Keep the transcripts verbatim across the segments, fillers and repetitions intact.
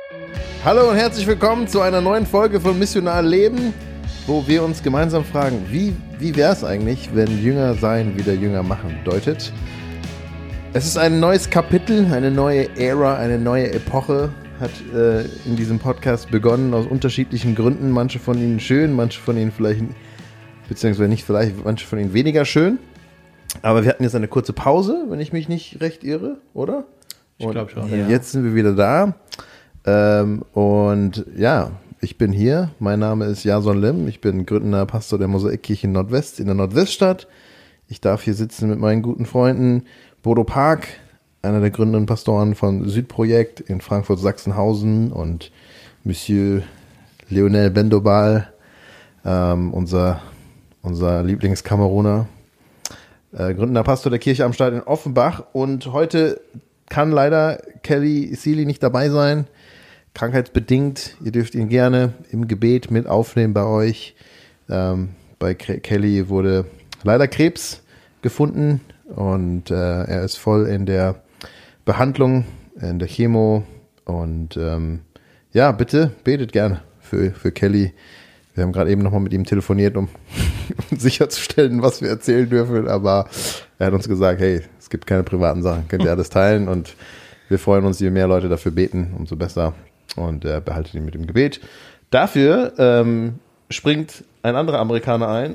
Hallo und herzlich willkommen zu einer neuen Folge von Missionar Leben, wo wir uns gemeinsam fragen, wie, wie wäre es eigentlich, wenn Jünger sein wieder Jünger machen bedeutet. Es ist ein neues Kapitel, eine neue Ära, eine neue Epoche hat äh, in diesem Podcast begonnen, aus unterschiedlichen Gründen. Manche von ihnen schön, manche von ihnen vielleicht, beziehungsweise nicht vielleicht, manche von ihnen weniger schön. Aber wir hatten jetzt eine kurze Pause, wenn ich mich nicht recht irre, oder? Ich glaube schon. Und jetzt sind wir wieder da. Ähm, und ja, ich bin hier. Mein Name ist Jason Lim. Ich bin gründender Pastor der Mosaikkirche Nordwest in der Nordweststadt. Ich darf hier sitzen mit meinen guten Freunden Bodo Park, einer der gründenden Pastoren von Südprojekt in Frankfurt-Sachsenhausen, und Monsieur Lionel Bendobal, ähm, unser, unser Lieblingskameruner, äh, gründender Pastor der Kirche am Start in Offenbach. Und heute kann leider Kelly Seely nicht dabei sein, krankheitsbedingt. Ihr dürft ihn gerne im Gebet mit aufnehmen bei euch. Ähm, bei Kelly wurde leider Krebs gefunden und äh, er ist voll in der Behandlung, in der Chemo. Und ähm, ja, bitte betet gerne für, für Kelly. Wir haben gerade eben nochmal mit ihm telefoniert, um, um sicherzustellen, was wir erzählen dürfen. Aber er hat uns gesagt, hey, es gibt keine privaten Sachen, könnt ihr alles teilen. Und wir freuen uns, je mehr Leute dafür beten, umso besser. Und äh, behaltet ihn mit dem Gebet. Dafür ähm, springt ein anderer Amerikaner ein,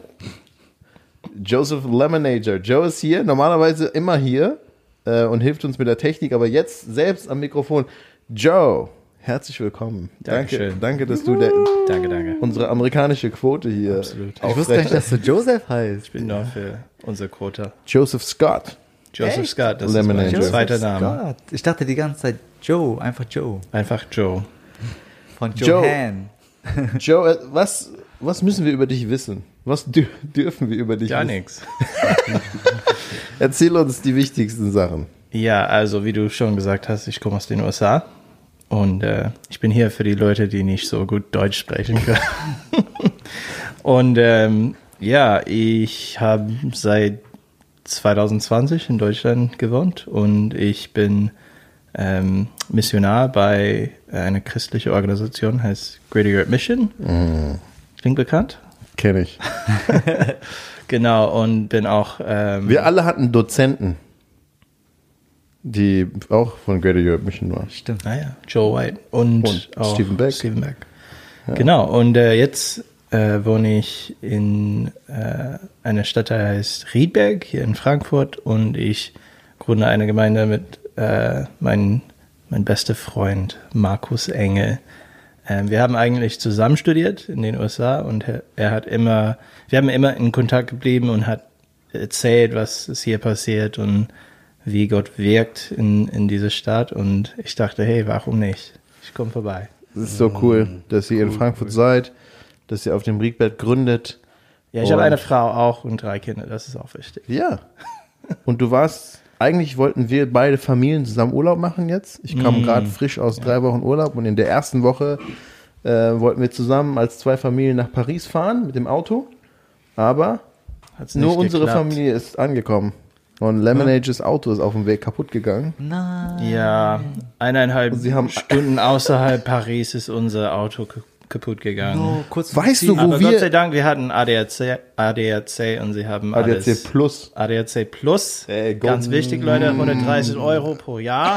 Joseph Lemonager. Joe ist hier, normalerweise immer hier äh, und hilft uns mit der Technik, aber jetzt selbst am Mikrofon. Joe, herzlich willkommen. Dankeschön. Danke, danke, dass du der, danke, danke. unsere amerikanische Quote hier Absolut. Ich wusste gar nicht, dass du Joseph heißt. Ich bin da für unsere Quote. Joseph Scott. Joseph Echt? Scott, das Lemonade. ist mein Joseph zweiter Name. Scott. Ich dachte die ganze Zeit Joe, einfach Joe. Einfach Joe. Von Joe. Johan. Joe, äh, was, was müssen wir über dich wissen? Was dür- dürfen wir über dich Gar wissen? nichts. Erzähl uns die wichtigsten Sachen. Ja, also wie du schon gesagt hast, ich komme aus den U S A und äh, ich bin hier für die Leute, die nicht so gut Deutsch sprechen können. Und ähm, ja, ich habe seit zwanzig zwanzig in Deutschland gewohnt und ich bin ähm, Missionar bei einer christlichen Organisation, heißt Greater Europe Mission. Mm. Klingt bekannt? Kenn ich. Genau, und bin auch... Ähm, Wir alle hatten Dozenten, die auch von Greater Europe Mission waren. Stimmt. Naja, Joe White und, Und auch Stephen Beck. Stephen Beck. Ja. Genau, und äh, jetzt äh, wohne ich in äh, einer Stadt, die heißt Riedberg, hier in Frankfurt, und ich gründe eine Gemeinde mit äh, meinem mein bester Freund Markus Engel. Ähm, wir haben eigentlich zusammen studiert in den U S A und er, er hat immer, wir haben immer in Kontakt geblieben und hat erzählt, was ist hier passiert und wie Gott wirkt in, in dieser Stadt, und ich dachte, hey, warum nicht? Ich komme vorbei. Es ist so cool, dass ihr in Frankfurt seid, dass ihr auf dem Riedberg gründet. Ja, ich Und- habe eine Frau auch und drei Kinder, das ist auch wichtig. Ja. Und du warst, eigentlich wollten wir beide Familien zusammen Urlaub machen jetzt. Ich kam Mm. gerade frisch aus drei Wochen Urlaub und in der ersten Woche äh, wollten wir zusammen als zwei Familien nach Paris fahren mit dem Auto. Aber Hat's nur nicht unsere geklappt. Familie ist angekommen. Und Lemonages Auto ist auf dem Weg kaputt gegangen. Nein. Ja, eineinhalb Sie haben- Stunden außerhalb Paris ist unser Auto k- kaputt gegangen. No, kurz Weißt Ziel. du, wo Aber wir- Gott sei Dank, wir hatten A D A C, A D A C und sie haben A D A C alles. Plus. A D A C Plus. Ey, Ganz Gott. wichtig, Leute, hundertdreißig Euro pro Jahr.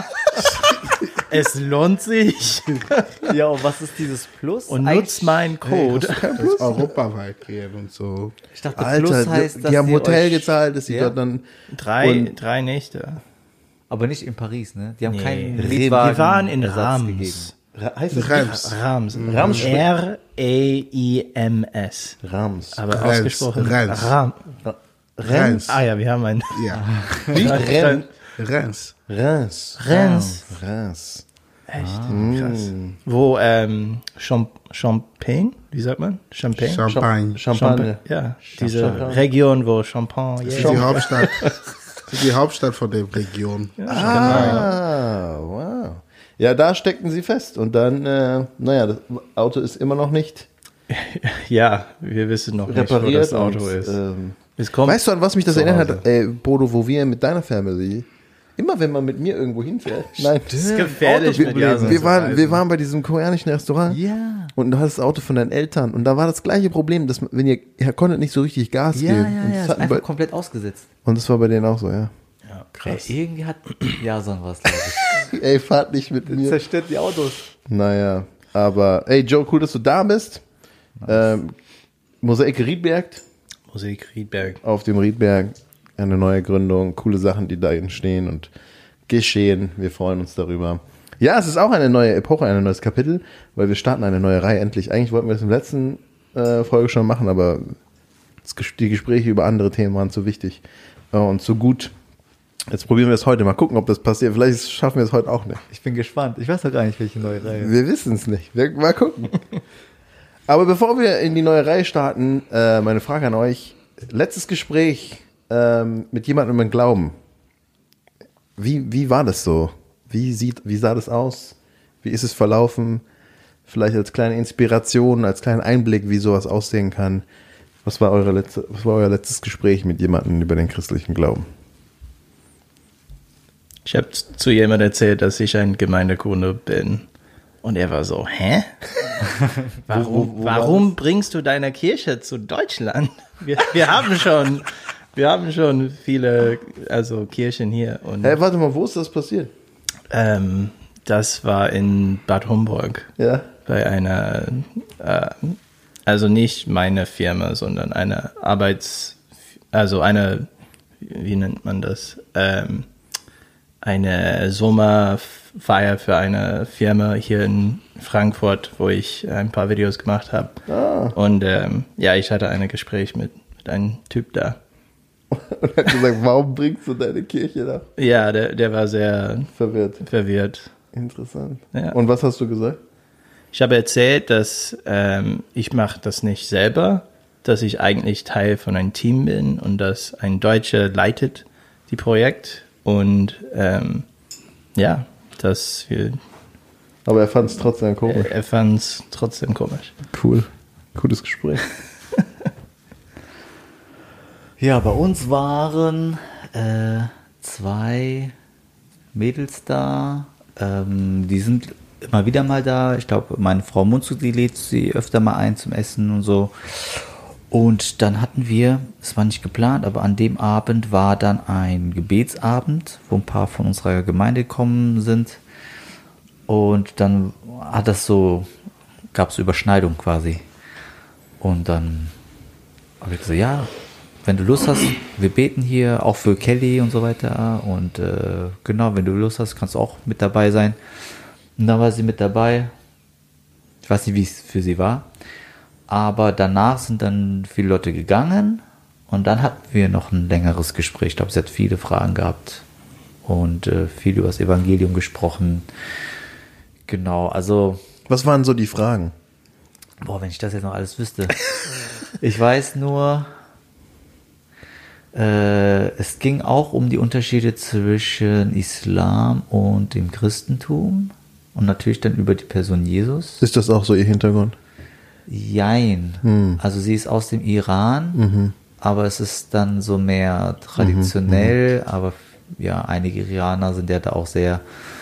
Es lohnt sich. Ja, und was ist dieses Plus? Und Eigentlich- nutzt meinen Code. Das europaweit gehen und so. Ich dachte, Alter, Plus heißt, die, dass die haben ihr Hotel euch, gezahlt, dass sie Ja? dort dann... Drei, Und- drei Nächte. Aber nicht in Paris, ne? Die haben Nee. keinen Wir Mietwagen waren in Ersatz Rams. Heißt es Reims. Rams. Rams. R E I M S. Rams. Aber Reims. ausgesprochen. Reims. Ram. Reims. Ah ja, wir haben ein. Ja. Wie? Rennes. Reims. Reims. Rennes. Reims. Echt? Krass. Wo ähm, Champ Champagne, wie sagt man? Champagne? Champagne. Champagner. Ja, diese Champagne. Region, wo Champagne. Das ist die Hauptstadt. Das ist die Hauptstadt von der Region. Ah, wow. Ja, da steckten sie fest. Und dann, äh, naja, das Auto ist immer noch nicht Ja, wir wissen noch nicht, wo repariert. das Auto und, ist. Ähm, Es kommt weißt du, an was mich das zu erinnert Hause. hat? Ey, Bodo, wo wir mit deiner Family immer wenn man mit mir irgendwo hinfährt. Nein, Das ist gefährlich mit Jason wir zu waren, reisen. wir waren bei diesem koreanischen Restaurant Ja. und du hattest das Auto von deinen Eltern und da war das gleiche Problem, dass wenn ihr, ihr konntet nicht so richtig Gas Ja, geben. ja, und, ja, das ist hatten einfach bei, komplett ausgesetzt. und das war bei denen auch so, ja. Ja, Ey, krass. irgendwie hat Jason was, glaube ich. Ey, fahrt nicht mit mir. Zerstört die Autos. Naja, aber ey Joe, cool, dass du da bist. Ähm, Mosaik Riedberg, Musik Riedberg. auf dem Riedberg, eine neue Gründung, coole Sachen, die da entstehen und geschehen. Wir freuen uns darüber. Ja, es ist auch eine neue Epoche, ein neues Kapitel, weil wir starten eine neue Reihe endlich. Eigentlich wollten wir das in der letzten äh, Folge schon machen, aber das, die Gespräche über andere Themen waren zu wichtig äh, und zu gut. Jetzt probieren wir es heute. Mal gucken, ob das passiert. Vielleicht schaffen wir es heute auch nicht. Ich bin gespannt. Ich weiß doch gar nicht, welche neue Reihe. Wir wissen es nicht. Wir, mal gucken. Aber bevor wir in die neue Reihe starten, äh, meine Frage an euch. Letztes Gespräch ähm, mit jemandem im Glauben. Wie, wie war das so? Wie, sieht, wie sah das aus? Wie ist es verlaufen? Vielleicht als kleine Inspiration, als kleinen Einblick, wie sowas aussehen kann. Was war, eure letzte, was war euer letztes Gespräch mit jemandem über den christlichen Glauben? Ich habe zu jemandem erzählt, dass ich ein Gemeindegründer bin. Und er war so, hä? Warum, Wo- wo- wo war warum bringst du deine Kirche zu Deutschland? Wir, wir haben schon, wir haben schon viele, also Kirchen hier. Und Hä, warte mal, wo ist das passiert? ähm, das war in Bad Homburg Ja. bei einer, äh, also nicht meine Firma, sondern eine Arbeits, also eine, wie nennt man das? Ähm, eine Sommerfeier für eine Firma hier in Frankfurt, wo ich ein paar Videos gemacht habe. Ah. Und ähm, ja, ich hatte ein Gespräch mit, mit einem Typ da. Und hat gesagt, warum bringst du deine Kirche da? Ja, der, der war sehr Verwirrt. verwirrt. Interessant. Ja. Und was hast du gesagt? Ich habe erzählt, dass ähm, ich mache das nicht selber, dass ich eigentlich Teil von einem Team bin und dass ein Deutscher leitet die Projekt und ähm, ja, dass wir, Aber er fand es trotzdem komisch. er fand es trotzdem komisch. Cool. Cooles Gespräch. Ja, bei uns waren äh, zwei Mädels da. Ähm, die sind immer wieder mal da. Ich glaube, meine Frau Munzu, die lädt sie öfter mal ein zum Essen und so. Und dann hatten wir, es war nicht geplant, aber an dem Abend war dann ein Gebetsabend, wo ein paar von unserer Gemeinde gekommen sind. Und dann hat das so, gab es Überschneidung quasi. Und dann habe ich gesagt, ja, wenn du Lust hast, wir beten hier, auch für Kelly und so weiter. Und äh, genau, wenn du Lust hast, kannst du auch mit dabei sein. Und dann war sie mit dabei. Ich weiß nicht, wie es für sie war. Aber danach sind dann viele Leute gegangen. Und dann hatten wir noch ein längeres Gespräch. Ich glaube, sie hat viele Fragen gehabt. Und äh, viel über das Evangelium gesprochen. Genau, also... Was waren so die Fragen? Boah, wenn ich das jetzt noch alles wüsste. Ich weiß nur... Äh, es ging auch um die Unterschiede zwischen Islam und dem Christentum und natürlich dann über die Person Jesus. Ist das auch so ihr Hintergrund? Jein. Hm. Also sie ist aus dem Iran, Mhm. aber es ist dann so mehr traditionell, aber ja, einige Iraner sind ja da auch sehr,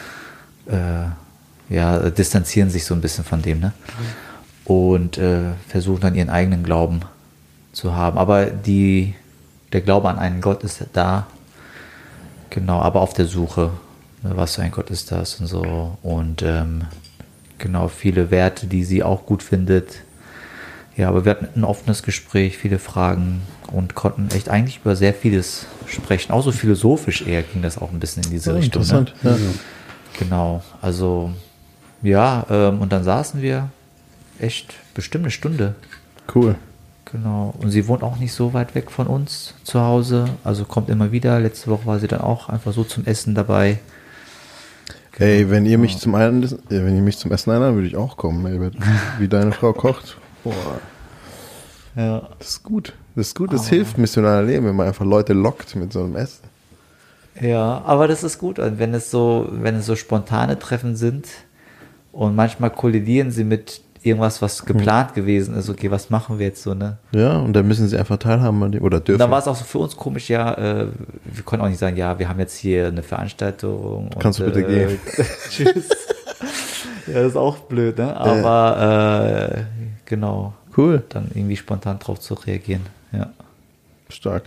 äh, ja, distanzieren sich so ein bisschen von dem, ne? Und äh, versuchen dann ihren eigenen Glauben zu haben. Aber die Der Glaube an einen Gott ist da, genau, aber auf der Suche, ne, was für ein Gott ist das und so. Und ähm, genau, viele Werte, die sie auch gut findet. Ja, aber wir hatten ein offenes Gespräch, viele Fragen und konnten echt eigentlich über sehr vieles sprechen. Auch so philosophisch eher ging das auch ein bisschen in diese Oh, Richtung. interessant. Ne? Ja. Genau, also ja, ähm, und dann saßen wir echt bestimmt eine Stunde. Cool. Genau, und sie wohnt auch nicht so weit weg von uns zu Hause, also kommt immer wieder. Letzte Woche war sie dann auch einfach so zum Essen dabei. Ey, wenn ihr mich zum ein, äh, wenn ihr mich zum Essen einladen, würde ich auch kommen. Ey, wie deine Frau kocht. Boah, Ja. das ist gut. Das ist gut. Das hilft missionaler Leben, wenn man einfach Leute lockt mit so einem Essen. Ja, aber das ist gut, wenn es so, wenn es so spontane Treffen sind und manchmal kollidieren sie mit irgendwas, was geplant mhm. gewesen ist. Okay, was machen wir jetzt so, ne? Ja, und dann müssen sie einfach teilhaben an dem, oder dürfen. Und dann war es auch so für uns komisch, ja, äh, wir konnten auch nicht sagen, ja, wir haben jetzt hier eine Veranstaltung. Kannst und, du bitte äh, gehen? Tschüss. Ja, das ist auch blöd, ne? Aber äh, genau. Cool. Dann irgendwie spontan drauf zu reagieren, ja. Stark.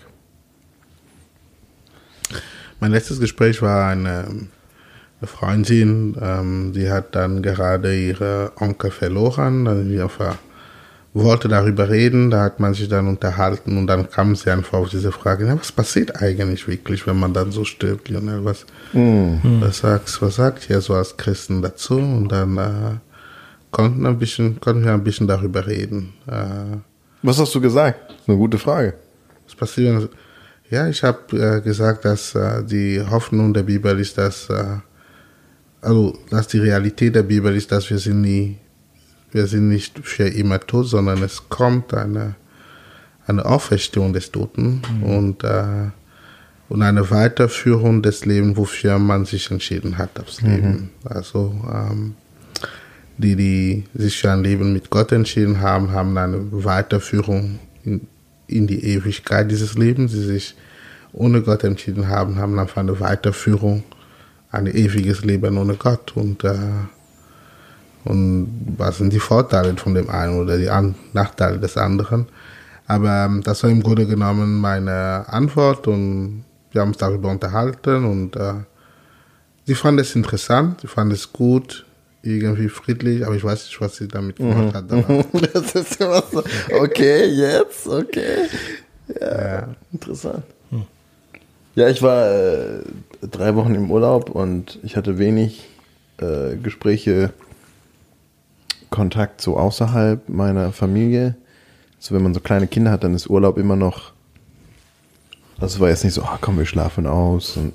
Mein letztes Gespräch war eine, eine Freundin, ähm, die hat dann gerade ihre Onkel verloren, dann die auf, wollte darüber reden, da hat man sich dann unterhalten und dann kam sie einfach auf diese Frage, ja, was passiert eigentlich wirklich, wenn man dann so stirbt, Lionel, was, mhm. was, sagst, was sagt ihr so als Christen dazu? Und dann äh, konnten, ein bisschen, konnten wir ein bisschen darüber reden. Äh, was hast du gesagt? Das ist eine gute Frage. Was passiert? Ja, ich habe äh, gesagt, dass äh, die Hoffnung der Bibel ist, dass, äh, also, dass die Realität der Bibel ist, dass wir sind nie, wir sind nicht für immer tot, sondern es kommt eine, eine Auferstehung des Toten mhm. und, äh, und eine Weiterführung des Lebens, wofür man sich entschieden hat, aufs mhm. Leben. Also ähm, die, die sich für ein Leben mit Gott entschieden haben, haben eine Weiterführung in, in die Ewigkeit dieses Lebens. Die sich ohne Gott entschieden haben, haben einfach eine Weiterführung, ein ewiges Leben ohne Gott. Und, äh, und was sind die Vorteile von dem einen oder die An- Nachteile des anderen? Aber ähm, das war im Grunde genommen meine Antwort und wir haben uns darüber unterhalten und äh, sie fand es interessant, sie fand es gut, irgendwie friedlich, aber ich weiß nicht, was sie damit gemacht hat. Das ist immer so, okay, jetzt, okay. Ja, ja. Interessant. Hm. Ja, ich war äh, drei Wochen im Urlaub und ich hatte wenig äh, Gespräche, Kontakt so außerhalb meiner Familie. So, wenn man so kleine Kinder hat, dann ist Urlaub immer noch, also es war jetzt nicht so, oh, komm, wir schlafen aus und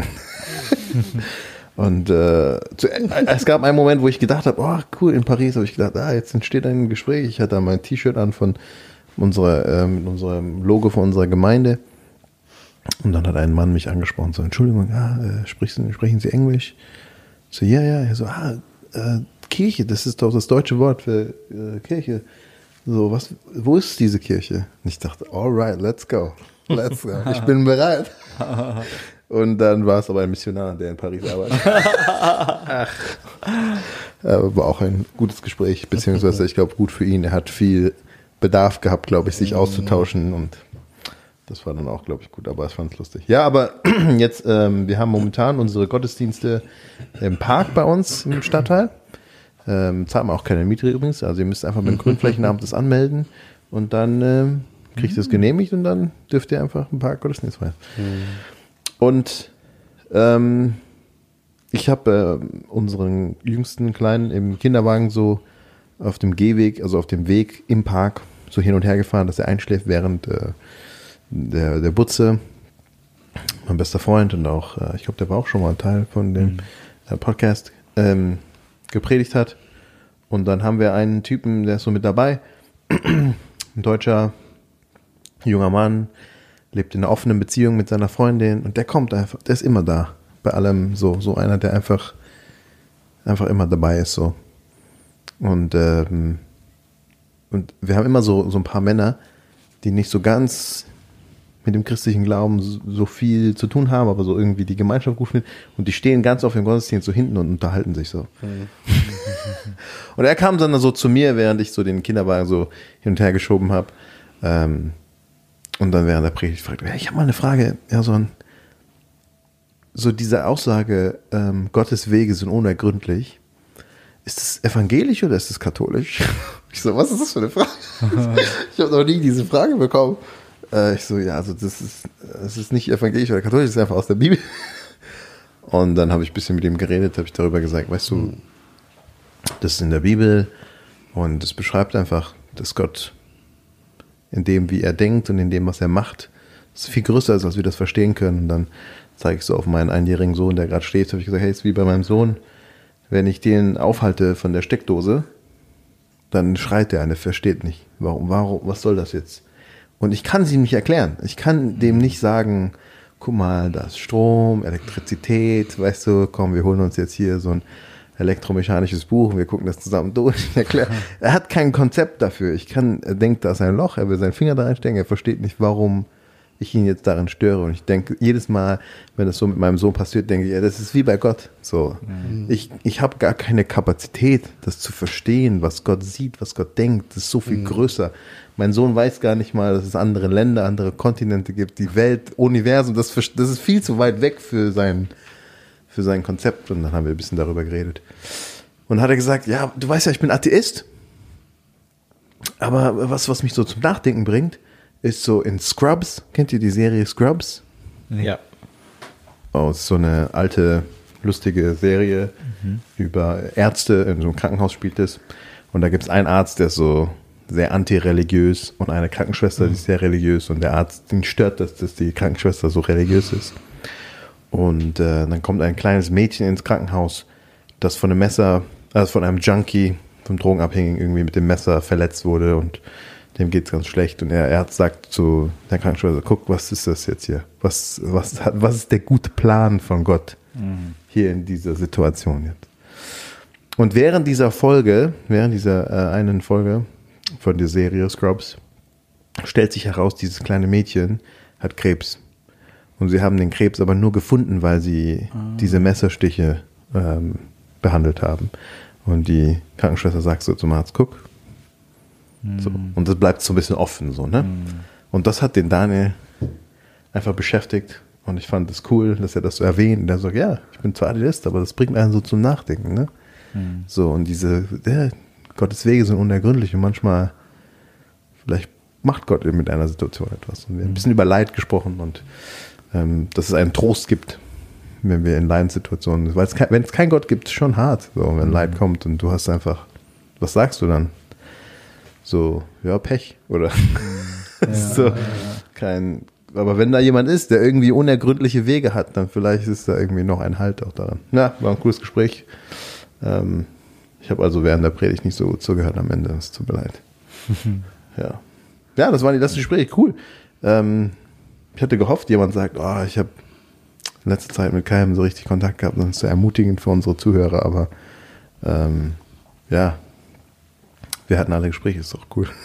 Und äh, zu, äh, es gab einen Moment, wo ich gedacht habe, oh cool, in Paris habe ich gedacht, ah, jetzt entsteht ein Gespräch. Ich hatte mein T-Shirt an von unserer, äh, mit unserem Logo von unserer Gemeinde. Und dann hat ein Mann mich angesprochen, so, Entschuldigung, ah, äh, sprechen, sprechen Sie Englisch? So, ja, ja. Er so, ah, äh, Kirche, das ist doch das deutsche Wort für äh, Kirche. So, was, wo ist diese Kirche? Und ich dachte, alright, let's go. Let's go. Ich bin bereit. Und dann war es aber ein Missionar, der in Paris arbeitet. Ach. War auch ein gutes Gespräch, beziehungsweise ich glaube gut für ihn. Er hat viel Bedarf gehabt, glaube ich, sich auszutauschen und das war dann auch, glaube ich, gut, aber ich fand es lustig. Ja, aber jetzt, ähm, wir haben momentan unsere Gottesdienste im Park bei uns im Stadtteil. Ähm, zahlen wir auch keine Miete übrigens, also ihr müsst einfach mit dem Grünflächenamt das anmelden und dann ähm, kriegt ihr es genehmigt und dann dürft ihr einfach ein paar Gottesdienste feiern. Mhm. Und ähm, ich habe äh, unseren jüngsten Kleinen im Kinderwagen so auf dem Gehweg, also auf dem Weg im Park so hin und her gefahren, dass er einschläft während äh, der, der Butze. Mein bester Freund und auch, äh, ich glaube, der war auch schon mal ein Teil von dem mhm. äh, Podcast, ähm, gepredigt hat. Und dann haben wir einen Typen, der ist so mit dabei, ein deutscher junger Mann, lebt in einer offenen Beziehung mit seiner Freundin und der kommt einfach, der ist immer da. Bei allem so, so einer, der einfach, einfach immer dabei ist, so. Und, ähm, und wir haben immer so, so ein paar Männer, die nicht so ganz mit dem christlichen Glauben so, so viel zu tun haben, aber so irgendwie die Gemeinschaft gut finden. Und die stehen ganz auf dem Gottesdienst so hinten und unterhalten sich so. Mhm. Und er kam dann so zu mir, während ich so den Kinderwagen so hin und her geschoben habe. Ähm, Und dann während der Predigt fragt, ja, ich habe mal eine Frage, ja, so, ein, so diese Aussage, ähm, Gottes Wege sind unergründlich, ist das evangelisch oder ist das katholisch? Ich so, was ist das für eine Frage? Ich habe noch nie diese Frage bekommen. Äh, ich so, ja, also das ist, das ist nicht evangelisch oder katholisch, das ist einfach aus der Bibel. Und dann habe ich ein bisschen mit ihm geredet, habe ich darüber gesagt, weißt du, das ist in der Bibel und es beschreibt einfach, dass Gott in dem, wie er denkt und in dem, was er macht, das ist viel größer ist, als wir das verstehen können. Und dann zeige ich so auf meinen einjährigen Sohn, der gerade schläft, habe ich gesagt, hey, ist wie bei meinem Sohn, wenn ich den aufhalte von der Steckdose, dann schreit er und er versteht nicht. Warum, warum, was soll das jetzt? Und ich kann es ihm nicht erklären. Ich kann dem nicht sagen, guck mal, da ist Strom, Elektrizität, weißt du, komm, wir holen uns jetzt hier so ein elektromechanisches Buch und wir gucken das zusammen durch. Er, er hat kein Konzept dafür. Ich kann, er denkt, da ist ein Loch, er will seinen Finger da reinstecken, er versteht nicht, warum ich ihn jetzt darin störe. Und ich denke, jedes Mal, wenn es so mit meinem Sohn passiert, denke ich, ja, das ist wie bei Gott. So. Mhm. Ich, ich habe gar keine Kapazität, das zu verstehen, was Gott sieht, was Gott denkt. Das ist so viel mhm. größer. Mein Sohn weiß gar nicht mal, dass es andere Länder, andere Kontinente gibt, die Welt, Universum. Das, das ist viel zu weit weg für sein, für sein Konzept. Und dann haben wir ein bisschen darüber geredet. Und dann hat er gesagt, ja, du weißt ja, ich bin Atheist. Aber was, was mich so zum Nachdenken bringt, ist so in Scrubs. Kennt ihr die Serie Scrubs? Ja. Oh, es ist so eine alte, lustige Serie mhm. über Ärzte. In so einem Krankenhaus spielt es. Und da gibt es einen Arzt, der ist so sehr antireligiös und eine Krankenschwester, mhm. die ist sehr religiös. Und der Arzt, den stört das, dass die Krankenschwester so religiös ist. Und äh, dann kommt ein kleines Mädchen ins Krankenhaus, das von einem Messer, also von einem Junkie, vom Drogenabhängigen irgendwie mit dem Messer verletzt wurde und dem geht's ganz schlecht. Und er, er sagt zu der Krankenschwester, guck, was ist das jetzt hier? Was, was, was ist der gute Plan von Gott mhm. hier in dieser Situation jetzt? Und während dieser Folge, während dieser äh, einen Folge von der Serie Scrubs, stellt sich heraus, dieses kleine Mädchen hat Krebs. Und sie haben den Krebs aber nur gefunden, weil sie mhm. diese Messerstiche ähm, behandelt haben. Und die Krankenschwester sagt so zum Arzt, guck. Mhm. So. Und das bleibt so ein bisschen offen. So, ne? Mhm. Und das hat den Daniel einfach beschäftigt. Und ich fand es cool, dass er das so erwähnt. Und er sagt, ja, ich bin zwar Atheist, aber das bringt einen so zum Nachdenken. Ne? Mhm. So, und diese, ja, Gottes Wege sind unergründlich. Und manchmal, vielleicht macht Gott mit einer Situation etwas. Und wir haben ein bisschen über Leid gesprochen und ähm, dass es einen Trost gibt, wenn wir in Leidenssituationen, weil es kein, wenn es keinen Gott gibt, ist schon hart, so, wenn mhm. Leid kommt und du hast einfach, was sagst du dann? So, ja, Pech, oder? Ja, so, ja, ja. kein, aber wenn da jemand ist, der irgendwie unergründliche Wege hat, dann vielleicht ist da irgendwie noch ein Halt auch daran. Ja, war ein cooles Gespräch. Ähm, ich habe also während der Predigt nicht so gut zugehört am Ende, es tut mir leid. ja. ja, das war die letzte Gespräch, cool. Ähm, ich hatte gehofft, jemand sagt, oh, ich habe in letzter Zeit mit keinem so richtig Kontakt gehabt, das ist so ermutigend für unsere Zuhörer, aber ähm, ja, wir hatten alle Gespräche, ist doch cool.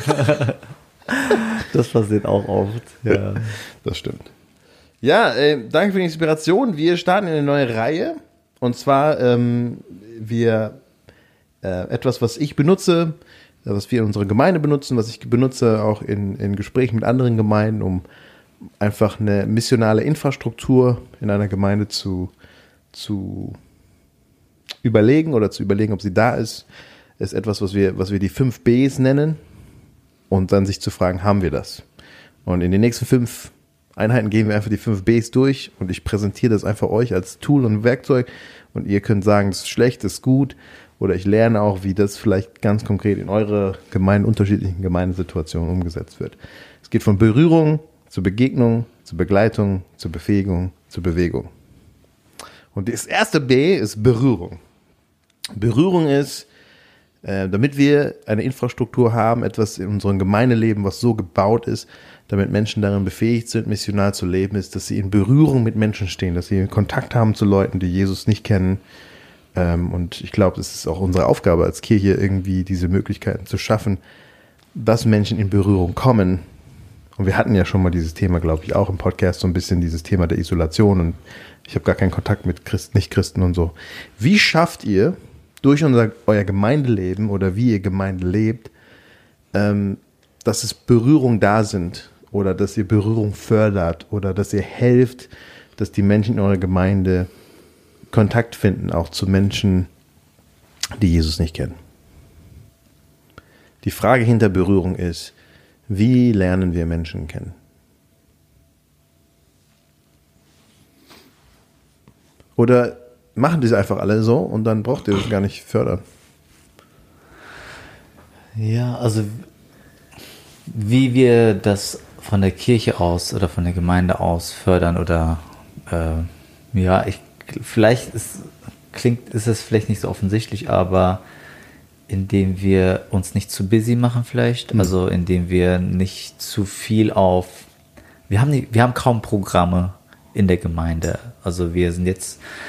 Das passiert auch oft. Ja. Das stimmt. Ja, äh, danke für die Inspiration. Wir starten in eine neue Reihe und zwar ähm, wir äh, etwas, was ich benutze, was wir in unserer Gemeinde benutzen, was ich benutze auch in, in Gesprächen mit anderen Gemeinden, um einfach eine missionale Infrastruktur in einer Gemeinde zu, zu überlegen oder zu überlegen, ob sie da ist, ist etwas, was wir, was wir die fünf Bs nennen und dann sich zu fragen, haben wir das? Und in den nächsten fünf Einheiten gehen wir einfach die fünf Bs durch und ich präsentiere das einfach euch als Tool und Werkzeug und ihr könnt sagen, das ist schlecht, das ist gut oder ich lerne auch, wie das vielleicht ganz konkret in eurer Gemeinde, unterschiedlichen Gemeindesituationen umgesetzt wird. Es geht von Berührung zur Begegnung, zur Begleitung, zur Befähigung, zur Bewegung. Und das erste B ist Berührung. Berührung ist, äh, damit wir eine Infrastruktur haben, etwas in unserem Gemeindeleben, was so gebaut ist, damit Menschen darin befähigt sind, missionar zu leben, ist, dass sie in Berührung mit Menschen stehen, dass sie Kontakt haben zu Leuten, die Jesus nicht kennen. Ähm, und ich glaube, es ist auch unsere Aufgabe als Kirche, irgendwie diese Möglichkeiten zu schaffen, dass Menschen in Berührung kommen. Und wir hatten ja schon mal dieses Thema, glaube ich, auch im Podcast, so ein bisschen dieses Thema der Isolation und ich habe gar keinen Kontakt mit Christen, Nicht-Christen und so. Wie schafft ihr durch unser, euer Gemeindeleben oder wie ihr Gemeinde lebt, ähm, dass es Berührung da sind oder dass ihr Berührung fördert oder dass ihr helft, dass die Menschen in eurer Gemeinde Kontakt finden, auch zu Menschen, die Jesus nicht kennen? Die Frage hinter Berührung ist, wie lernen wir Menschen kennen? Oder machen die es einfach alle so und dann braucht ihr das gar nicht fördern? Ja, also wie wir das von der Kirche aus oder von der Gemeinde aus fördern oder äh, ja, ich vielleicht ist, klingt, ist es vielleicht nicht so offensichtlich, aber indem wir uns nicht zu busy machen vielleicht, mhm. also indem wir nicht zu viel auf, wir haben, die, wir haben kaum Programme in der Gemeinde, also wir sind jetzt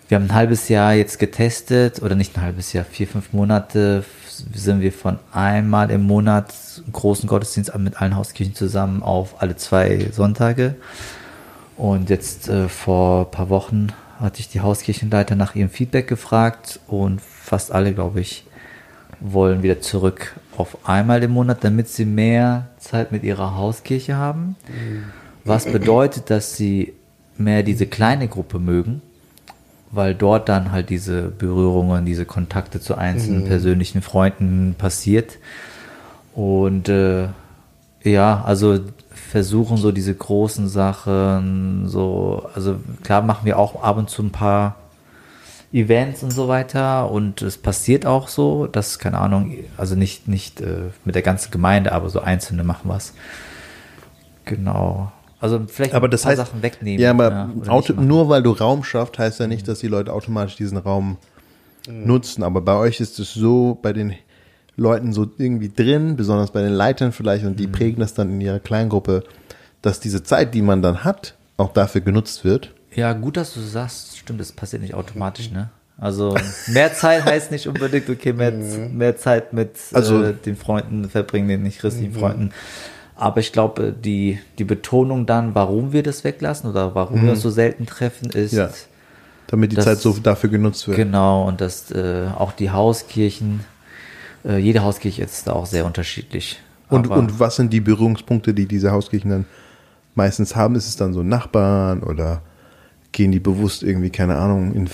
wir haben ein halbes Jahr jetzt getestet, oder nicht ein halbes Jahr, vier, fünf Monate sind wir von einmal im Monat einen großen Gottesdienst mit allen Hauskirchen zusammen auf alle zwei Sonntage. Und jetzt äh, vor ein paar Wochen hatte ich die Hauskirchenleiter nach ihrem Feedback gefragt und fast alle, glaube ich, wollen wieder zurück auf einmal im Monat, damit sie mehr Zeit mit ihrer Hauskirche haben. Was bedeutet, dass sie mehr diese kleine Gruppe mögen, weil dort dann halt diese Berührungen, diese Kontakte zu einzelnen mhm. persönlichen Freunden passiert. Und äh, ja, also versuchen so diese großen Sachen, so, also klar machen wir auch ab und zu ein paar Events und so weiter, und es passiert auch so, dass, keine Ahnung, also nicht, nicht äh, mit der ganzen Gemeinde, aber so Einzelne machen was. Genau. Also vielleicht aber das ein paar heißt, Sachen wegnehmen. Ja, aber ja, Auto, nur weil du Raum schaffst, heißt ja nicht, dass die Leute automatisch diesen Raum mhm. nutzen. Aber bei euch ist es so, bei den Leuten so irgendwie drin, besonders bei den Leitern vielleicht, und die mhm. prägen das dann in ihrer Kleingruppe, dass diese Zeit, die man dann hat, auch dafür genutzt wird. Ja, gut, dass du sagst, stimmt, das passiert nicht automatisch, ne? Also mehr Zeit heißt nicht unbedingt, okay, mehr, mehr Zeit mit also, äh, den Freunden verbringen, den nicht christlichen mhm. Freunden. Aber ich glaube, die, die Betonung dann, warum wir das weglassen oder warum mhm. wir uns so selten treffen, ist, ja, damit die dass, Zeit so dafür genutzt wird. Genau, und dass äh, auch die Hauskirchen, äh, jede Hauskirche ist da auch sehr unterschiedlich. Und, und was sind die Berührungspunkte, die diese Hauskirchen dann meistens haben? Ist es dann so Nachbarn oder gehen die bewusst irgendwie, keine Ahnung, in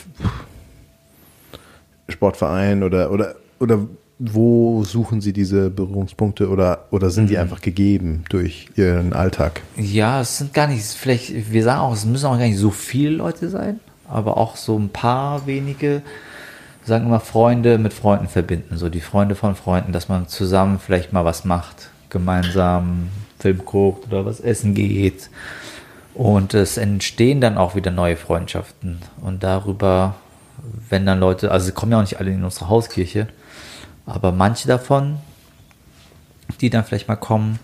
Sportverein oder, oder, oder wo suchen sie diese Berührungspunkte, oder, oder sind die einfach gegeben durch ihren Alltag? Ja, es sind gar nicht, vielleicht, wir sagen auch, es müssen auch gar nicht so viele Leute sein, aber auch so ein paar wenige, sagen immer, Freunde mit Freunden verbinden, so die Freunde von Freunden, dass man zusammen vielleicht mal was macht, gemeinsam Film guckt oder was essen geht. Und es entstehen dann auch wieder neue Freundschaften. Und darüber, wenn dann Leute, also sie kommen ja auch nicht alle in unsere Hauskirche, aber manche davon, die dann vielleicht mal kommen,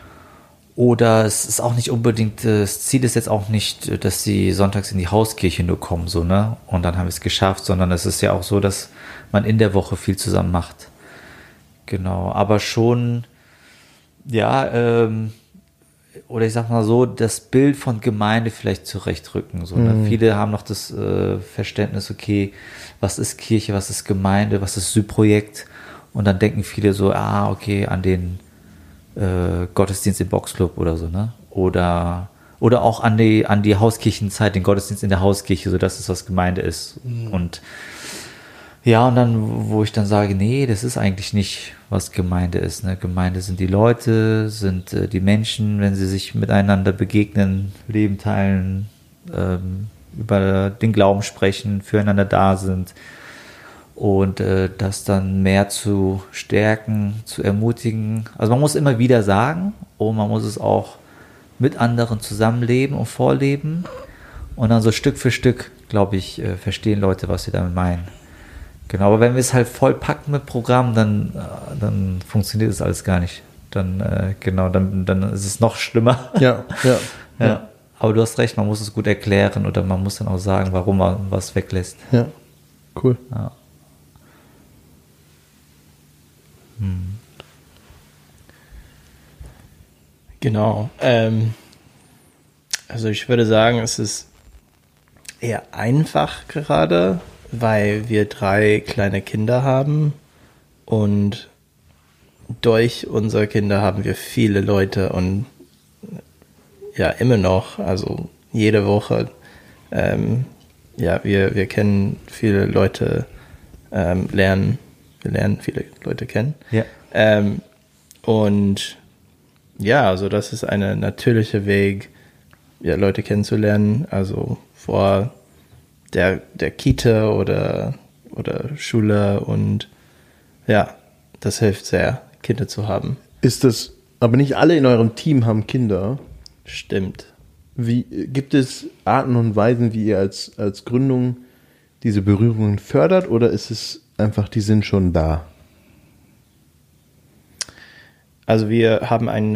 oder es ist auch nicht unbedingt, das Ziel ist jetzt auch nicht, dass sie sonntags in die Hauskirche nur kommen, so, ne, und dann haben wir es geschafft, sondern es ist ja auch so, dass man in der Woche viel zusammen macht. Genau, aber schon, ja, ähm, oder ich sag mal so, das Bild von Gemeinde vielleicht zurechtrücken. So, ne? Mhm. Viele haben noch das äh, Verständnis, okay, was ist Kirche, was ist Gemeinde, was ist Syprojekt? Und dann denken viele so, ah, okay, an den äh, Gottesdienst im Boxclub oder so, ne? Oder, oder auch an die, an die Hauskirchenzeit, den Gottesdienst in der Hauskirche, so dass es was Gemeinde ist. Mhm. Und ja, und dann, wo ich dann sage, nee, das ist eigentlich nicht, was Gemeinde ist. Ne? Gemeinde sind die Leute, sind äh, die Menschen, wenn sie sich miteinander begegnen, Leben teilen, ähm, über den Glauben sprechen, füreinander da sind. Und äh, das dann mehr zu stärken, zu ermutigen. Also man muss immer wieder sagen, und man muss es auch mit anderen zusammenleben und vorleben. Und dann so Stück für Stück, glaube ich, äh, verstehen Leute, was sie damit meinen. Genau, aber wenn wir es halt voll packen mit Programm, dann, äh, dann funktioniert das alles gar nicht. Dann, äh, genau, dann, dann ist es noch schlimmer. Ja, ja, ja. ja. Aber du hast recht, man muss es gut erklären oder man muss dann auch sagen, warum man was weglässt. Ja, cool. Ja. Hm. Genau. Ähm, also ich würde sagen, es ist eher einfach gerade, weil wir drei kleine Kinder haben und durch unsere Kinder haben wir viele Leute und ja, immer noch, also jede Woche, ähm, ja, wir, wir kennen viele Leute, ähm, lernen, wir lernen viele Leute kennen. Ja. Ähm, und ja, also das ist ein natürlicher Weg, ja, Leute kennenzulernen, also vor der, der Kita oder, oder Schule, und ja, das hilft sehr, Kinder zu haben. Ist das, aber nicht alle in eurem Team haben Kinder. Stimmt. Wie, gibt es Arten und Weisen, wie ihr als, als Gründung diese Berührungen fördert, oder ist es einfach, die sind schon da? Also wir haben ein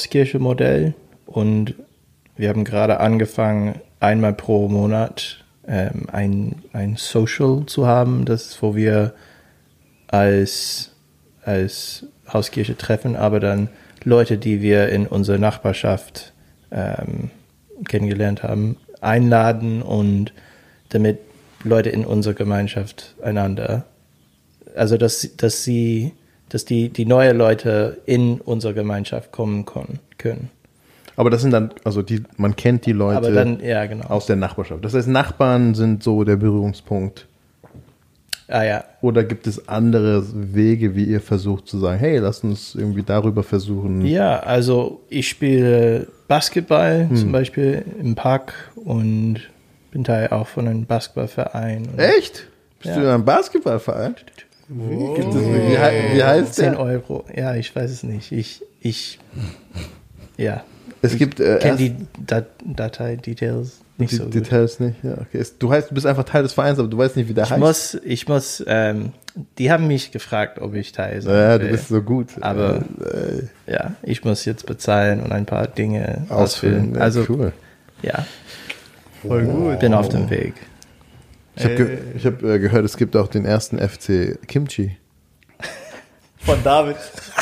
Hauskirche-Modell und wir haben gerade angefangen, einmal pro Monat ähm, ein, ein Social zu haben, das wo wir als, als Hauskirche treffen, aber dann Leute, die wir in unserer Nachbarschaft ähm, kennengelernt haben, einladen und damit Leute in unserer Gemeinschaft einander, also dass, dass sie, dass die, die neue Leute in unsere Gemeinschaft kommen können. Aber das sind dann, also die, man kennt die Leute Aber dann, ja, genau. aus der Nachbarschaft. Das heißt, Nachbarn sind so der Berührungspunkt. Ah ja. Oder gibt es andere Wege, wie ihr versucht zu sagen, hey, lass uns irgendwie darüber versuchen? Ja, also ich spiele Basketball hm. zum Beispiel im Park und bin Teil auch von einem Basketballverein. Echt? Bist ja. du in einem Basketballverein? Oh. Gibt es, wie, wie, wie heißt der? zehn Euro. Ja, ich weiß es nicht. Ich, ich, ja. Es ich gibt, äh, kenne die Dat- Datei-Details nicht die so gut. Details nicht, ja, okay. Du heißt, du bist einfach Teil des Vereins, aber du weißt nicht, wie der ich heißt. Muss, ich muss, ähm, die haben mich gefragt, ob ich Teil sein Ja, will. du bist so gut. Aber, äh, ja, ich muss jetzt bezahlen und ein paar Dinge ausfüllen. ausfüllen. Ja, Also, cool. ja. Voll gut. Bin auf dem Weg. Ich habe ge- ich hab, äh, gehört, es gibt auch den ersten F C Kimchi. Von David.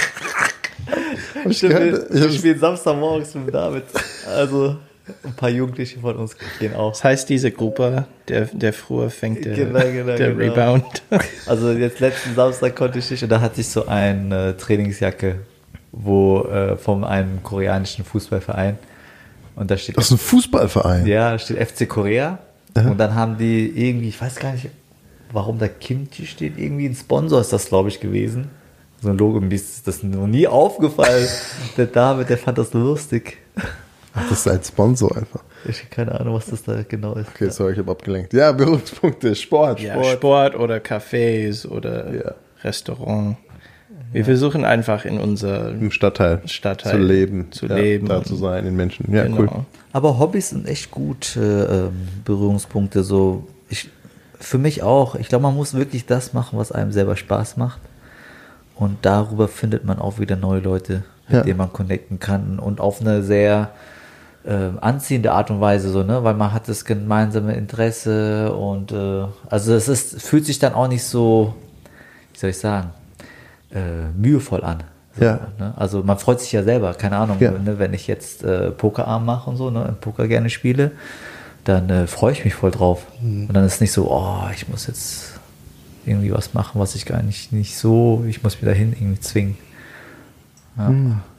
Ich gehört, ich Wir spielen Samstagmorgens mit David. Also ein paar Jugendliche von uns gehen auch. Das heißt, diese Gruppe, der, der früher fängt der, Genau, genau, der genau. Rebound. Also jetzt letzten Samstag konnte ich nicht und da hatte ich so eine Trainingsjacke, wo äh, von einem koreanischen Fußballverein und da steht das ist ein Fußballverein. ja, da steht F C Korea. Aha. Und dann haben die irgendwie, ich weiß gar nicht, warum da Kimchi steht, irgendwie ein Sponsor ist das, glaube ich, gewesen. So ein Logo, mir ist das noch nie aufgefallen. Der David, der fand das lustig. Ach, das ist ein Sponsor einfach. Ich habe keine Ahnung, was das da genau ist. Okay, sorry, ich habe abgelenkt. Ja, Berührungspunkte, Sport. Ja, Sport. Sport oder Cafés oder Ja. Restaurant. Wir versuchen einfach in unser Im Stadtteil, Stadtteil zu leben, zu ja, leben da und- zu sein, in Menschen. Ja, genau. cool. Aber Hobbys sind echt gut äh, ähm, Berührungspunkte. So, ich, für mich auch. Ich glaube, man muss wirklich das machen, was einem selber Spaß macht. Und darüber findet man auch wieder neue Leute, mit Ja. denen man connecten kann. Und auf eine sehr äh, anziehende Art und Weise, so, ne? Weil man hat das gemeinsame Interesse und äh, also es ist, fühlt sich dann auch nicht so, wie soll ich sagen, äh, mühevoll an. So, Ja. ne? Also man freut sich ja selber, keine Ahnung, Ja. ne? Wenn ich jetzt äh, Pokerarm mache und so, ne? Im Poker gerne spiele, dann äh, freue ich mich voll drauf. Mhm. Und dann ist nicht so, oh, ich muss jetzt irgendwie was machen, was ich gar nicht, nicht so, ich muss mich dahin irgendwie zwingen. Ja.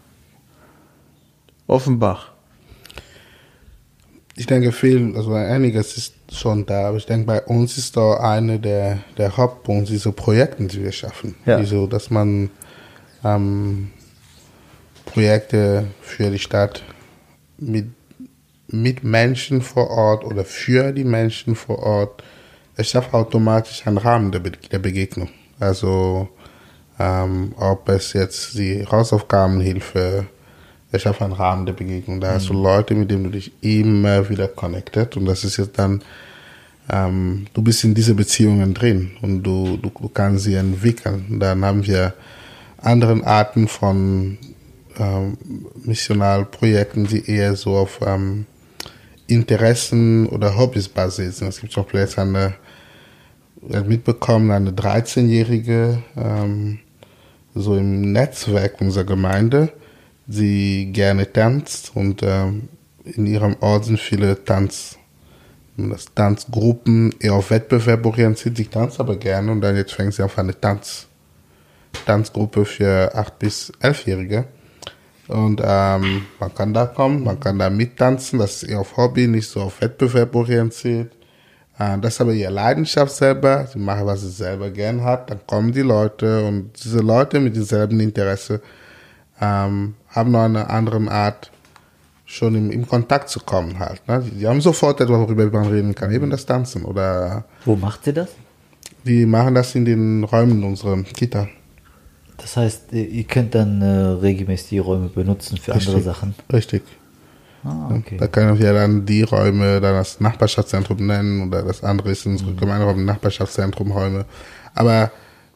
Offenbach. Ich denke viel, also einiges ist schon da, aber ich denke, bei uns ist da eine der, der Hauptpunkte, diese Projekte, die wir schaffen. Ja. Also, dass man ähm, Projekte für die Stadt mit, mit Menschen vor Ort oder für die Menschen vor Ort, es schafft automatisch einen Rahmen der, Be der Begegnung. Also, ähm, ob es jetzt die Hausaufgabenhilfe, es schafft einen Rahmen der Begegnung. Da hast du Leute, mit denen du dich immer wieder connected und das ist jetzt dann, ähm, du bist in diese Beziehungen drin und du, du, du kannst sie entwickeln. Dann haben wir andere Arten von ähm, Missionalprojekten, die eher so auf ähm, Interessen oder Hobbys basieren. Es gibt zum Beispiel jetzt eine, mitbekommen, eine dreizehnjährige ähm, so im Netzwerk unserer Gemeinde, die gerne tanzt und ähm, in ihrem Ort sind viele Tanz, das Tanzgruppen eher auf Wettbewerb orientiert, sie tanzt aber gerne und dann jetzt fängt sie auf eine Tanz, Tanzgruppe für acht bis elfjährige und ähm, man kann da kommen, man kann da mittanzen, das ist eher auf Hobby, nicht so auf Wettbewerb orientiert. Äh, das ist aber ihre Leidenschaft selber, sie machen, was sie selber gern hat, dann kommen die Leute und diese Leute mit demselben Interesse ähm, haben noch eine andere Art, schon im, im Kontakt zu kommen halt. Ne? Die, die haben sofort etwas, worüber man reden kann, eben das Tanzen. Oder Wo macht ihr das? die machen das in den Räumen unserer Kita. Das heißt, ihr ihr könnt dann äh, regelmäßig die Räume benutzen für andere Richtig. Sachen. Richtig. Ah, okay. Da können wir dann die Räume dann das Nachbarschaftszentrum nennen oder das andere ist unsere Gemeinderäume, Nachbarschaftszentrum Räume. Aber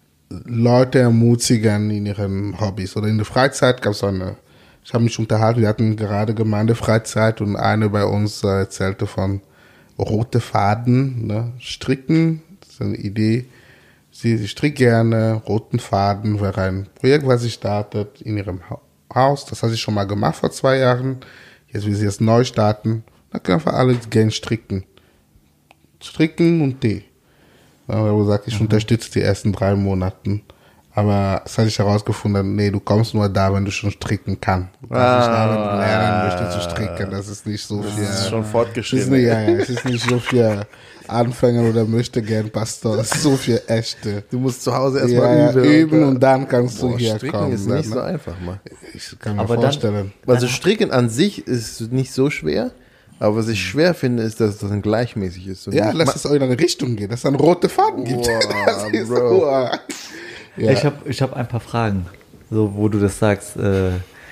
Leute ermutigen in ihren Hobbys. Oder in der Freizeit gab es so eine, ich habe mich unterhalten, wir hatten gerade Gemeindefreizeit und eine bei uns äh, erzählte von rote Faden, ne? Stricken, das ist eine Idee. Sie, sie strickt gerne roten Faden für ein Projekt, was sie startet in ihrem Haus. Das hat sie schon mal gemacht vor zwei Jahren. Jetzt will sie es neu starten. Da können wir alle gerne stricken. Stricken und Tee. Da haben wir gesagt, ich mhm. unterstütze die ersten drei Monate. Aber es hat sich herausgefunden, nee, du kommst nur da, wenn du schon stricken kannst. Du kannst nicht da, wenn du lernen möchtest zu stricken. Das ist nicht so viel. Das ist schon fortgeschritten. Nicht, ja, ja, es ist nicht so viel Anfänger oder möchte gern Pastor. Es ist so viel echte. Du musst zu Hause erstmal ja, üben. üben und dann kannst Boah, du hier stricken kommen. Stricken ist nicht ne? so einfach, Mann. Ich kann mir aber vorstellen. Dann, also Stricken an sich ist nicht so schwer. Aber was ich schwer finde, ist, dass das dann gleichmäßig ist. Und ja, dass es auch in eine Richtung geht, dass es einen roten Faden gibt. Wow, das ist Bro. so, ja. Ich habe ich hab ein paar Fragen, so wo du das sagst. Äh,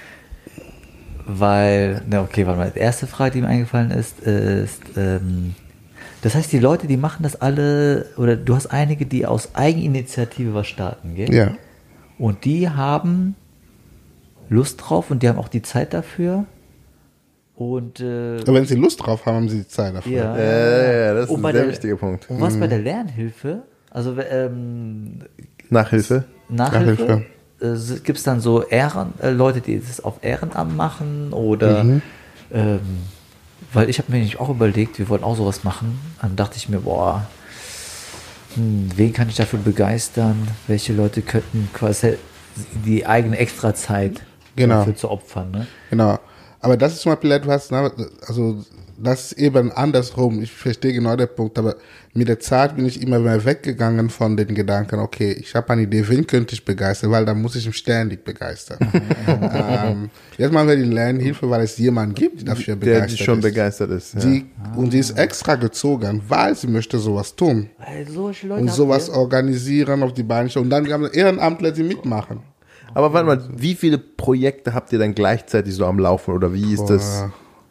weil, na okay, warte mal. Die erste Frage, die mir eingefallen ist, ist, ähm, das heißt, die Leute, die machen das alle, oder du hast einige, die aus Eigeninitiative was starten, gell? Ja. Und die haben Lust drauf und die haben auch die Zeit dafür. Und äh, Aber wenn sie Lust drauf haben, haben sie die Zeit dafür. ja, Ja, ja, das ist und ein bei sehr der, wichtiger Punkt. Und was bei der Lernhilfe, also ähm, Nachhilfe? Nachhilfe, äh, gibt es dann so Ehren, äh, Leute, die das auf Ehrenamt machen oder mhm. ähm, weil ich habe mir nämlich auch überlegt, wir wollten auch sowas machen, dann dachte ich mir, boah, hm, wen kann ich dafür begeistern, welche Leute könnten quasi die eigene Extrazeit genau. dafür zu opfern, ne? Genau. Aber das ist zum Beispiel etwas, also das ist eben andersrum. Ich verstehe genau den Punkt, aber mit der Zeit bin ich immer mehr weggegangen von den Gedanken, okay, ich habe eine Idee, wen könnte ich begeistern, weil dann muss ich mich ständig begeistern. ähm, jetzt machen wir die Lernhilfe, weil es jemanden gibt, der dafür begeistert ist. Der schon begeistert ist. Ja. Die, ah. Und die ist extra gezogen, weil sie möchte sowas tun. Weil solche Leute und sowas organisieren, auf die Beine stellen. Und dann haben Ehrenamtler, die mitmachen. Aber warte mal, wie viele Projekte habt ihr dann gleichzeitig so am Laufen oder wie ist Boah, das?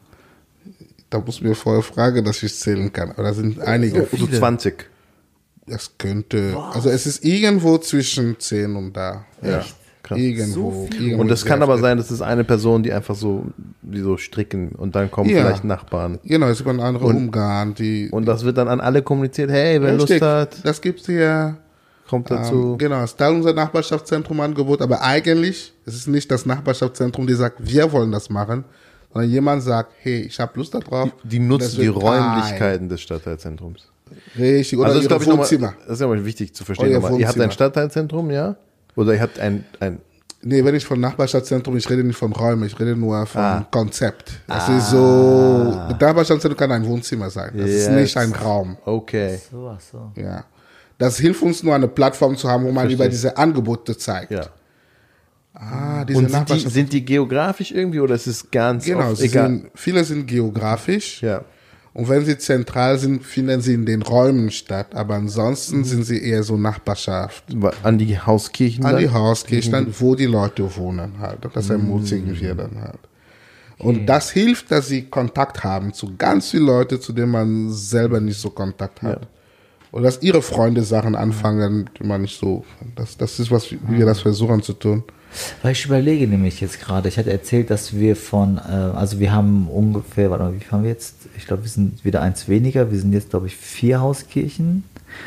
Da muss mir vorher fragen, dass ich zählen kann. Aber da sind einige. So, so zwanzig. Das könnte, Was? also es ist irgendwo zwischen zehn und da. Ja, Echt? Krass. Irgendwo, So irgendwo. Und das kann aber sein, dass es eine Person, die einfach so, die so stricken und dann kommen ja. vielleicht Nachbarn. Genau, es wird ein anderer Umgang. Die, und das wird dann an alle kommuniziert, hey, wer Lust hat. Das gibt's hier. Kommt dazu. Ähm, genau, es ist Teil unser Nachbarschaftszentrum-Angebot, aber eigentlich es ist nicht das Nachbarschaftszentrum, die sagt, wir wollen das machen, sondern jemand sagt, hey, ich habe Lust darauf. Die, die nutzen die Räumlichkeiten des Stadtteilzentrums. Richtig, oder also das ihre ist, Wohnzimmer. Mal, das ist aber wichtig zu verstehen. Ihr habt ein Stadtteilzentrum, ja? Oder ihr habt ein... ein Nee, wenn ich von Nachbarschaftszentrum, ich rede nicht von Räumen, ich rede nur von ah. Konzept. Das ah. ist so, das Nachbarschaftszentrum kann ein Wohnzimmer sein, das yes. ist nicht ein Raum. Okay. Ach so, ach so. Ja. Das hilft uns nur, eine Plattform zu haben, wo man Verstehe. über diese Angebote zeigt. Ja. Ah, diese Und sind die, sind die geografisch irgendwie oder ist es ganz Genau, oft egal? Sind, viele sind geografisch. Ja. Und wenn sie zentral sind, finden sie in den Räumen statt. Aber ansonsten mhm. sind sie eher so Nachbarschaft. An die Hauskirchen? An die Hauskirchen, mhm. wo die Leute wohnen halt. Das mhm. ermutigen wir dann halt. Und okay. das hilft, dass sie Kontakt haben zu ganz vielen Leuten, zu denen man selber nicht so Kontakt hat. Ja. Oder dass ihre Freunde Sachen anfangen, die man nicht so, das, das ist was, wie wir das versuchen zu tun. Weil ich überlege nämlich jetzt gerade, ich hatte erzählt, dass wir von, äh, also wir haben ungefähr, warte mal, wie viel haben wir jetzt? Ich glaube, wir sind wieder eins weniger, wir sind jetzt, glaube ich, vier Hauskirchen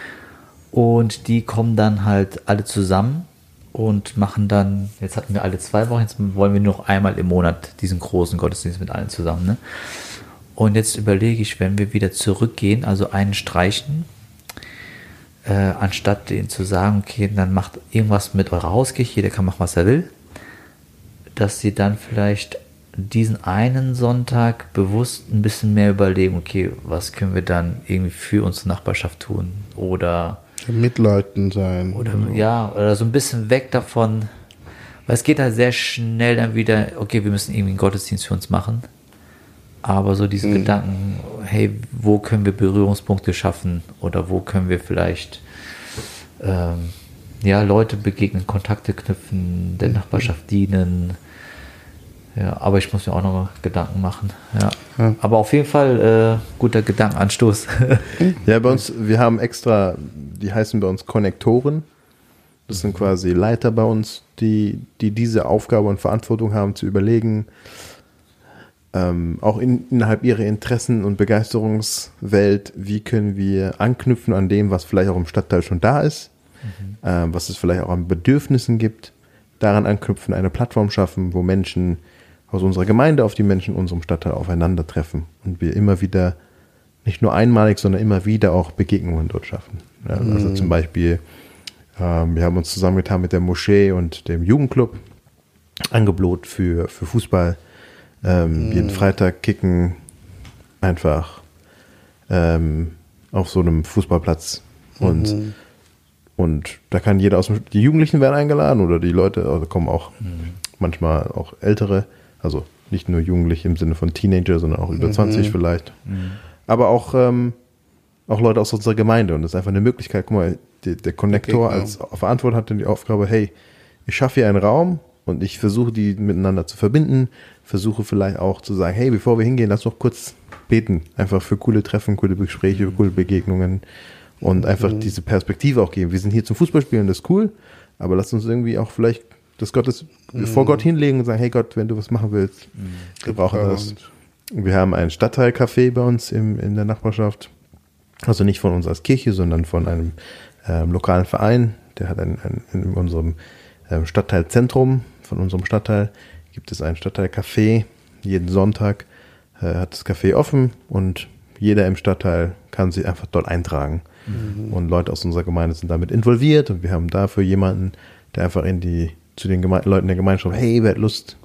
und die kommen dann halt alle zusammen und machen dann, jetzt hatten wir alle zwei Wochen, jetzt wollen wir nur noch einmal im Monat diesen großen Gottesdienst mit allen zusammen, ne? Und jetzt überlege ich, wenn wir wieder zurückgehen, also einen streichen, Äh, anstatt denen zu sagen, okay, dann macht irgendwas mit eurer Hauskirche, jeder kann machen, was er will, dass sie dann vielleicht diesen einen Sonntag bewusst ein bisschen mehr überlegen, okay, was können wir dann irgendwie für unsere Nachbarschaft tun oder mit Leuten sein. Oder ja, oder so ein bisschen weg davon, weil es geht halt sehr schnell dann wieder, okay, wir müssen irgendwie einen Gottesdienst für uns machen, aber so diese mhm. Gedanken, hey, wo können wir Berührungspunkte schaffen oder wo können wir vielleicht ähm, ja, Leute begegnen, Kontakte knüpfen, der mhm. Nachbarschaft dienen. Ja, aber ich muss mir auch noch mal Gedanken machen. Ja. ja. Aber auf jeden Fall äh, guter Gedankenanstoß. Ja, bei uns, wir haben extra, die heißen bei uns Konnektoren. Das sind quasi Leiter bei uns, die, die diese Aufgabe und Verantwortung haben, zu überlegen, ähm, auch in, innerhalb ihrer Interessen- und Begeisterungswelt, wie können wir anknüpfen an dem, was vielleicht auch im Stadtteil schon da ist, mhm. ähm, was es vielleicht auch an Bedürfnissen gibt, daran anknüpfen, eine Plattform schaffen, wo Menschen aus unserer Gemeinde auf die Menschen in unserem Stadtteil aufeinandertreffen und wir immer wieder, nicht nur einmalig, sondern immer wieder auch Begegnungen dort schaffen. Ja, mhm. Also zum Beispiel, ähm, wir haben uns zusammengetan mit der Moschee und dem Jugendclub, Angebot für, für Fußball, ähm, mhm. jeden Freitag kicken, einfach ähm, auf so einem Fußballplatz und mhm. und da kann jeder aus dem, die Jugendlichen werden eingeladen oder die Leute, also kommen auch mhm. manchmal auch Ältere, also nicht nur Jugendliche im Sinne von Teenager, sondern auch über mhm. zwanzig vielleicht, mhm. aber auch ähm, auch Leute aus unserer Gemeinde und das ist einfach eine Möglichkeit, guck mal, die, der Connector okay, als Verantwortliche hat dann die Aufgabe, hey, ich schaffe hier einen Raum und ich versuche die miteinander zu verbinden, versuche vielleicht auch zu sagen, hey, bevor wir hingehen, lass doch kurz beten, einfach für coole Treffen, coole Gespräche, mhm. coole Begegnungen und einfach mhm. diese Perspektive auch geben. Wir sind hier zum Fußballspielen, das ist cool, aber lass uns irgendwie auch vielleicht das Gottes mhm. vor Gott hinlegen und sagen, hey Gott, wenn du was machen willst, mhm. wir brauchen das. Wir haben ein Stadtteilcafé bei uns im, in der Nachbarschaft, also nicht von uns als Kirche, sondern von einem ähm, lokalen Verein, der hat ein, ein, in unserem ähm, Stadtteilzentrum, von unserem Stadtteil gibt es ein Stadtteilcafé. Jeden Sonntag äh, hat das Café offen und jeder im Stadtteil kann sich einfach dort eintragen. Mhm. Und Leute aus unserer Gemeinde sind damit involviert und wir haben dafür jemanden, der einfach in die zu den Geme- Leuten der Gemeinschaft, hey, wer hat Lust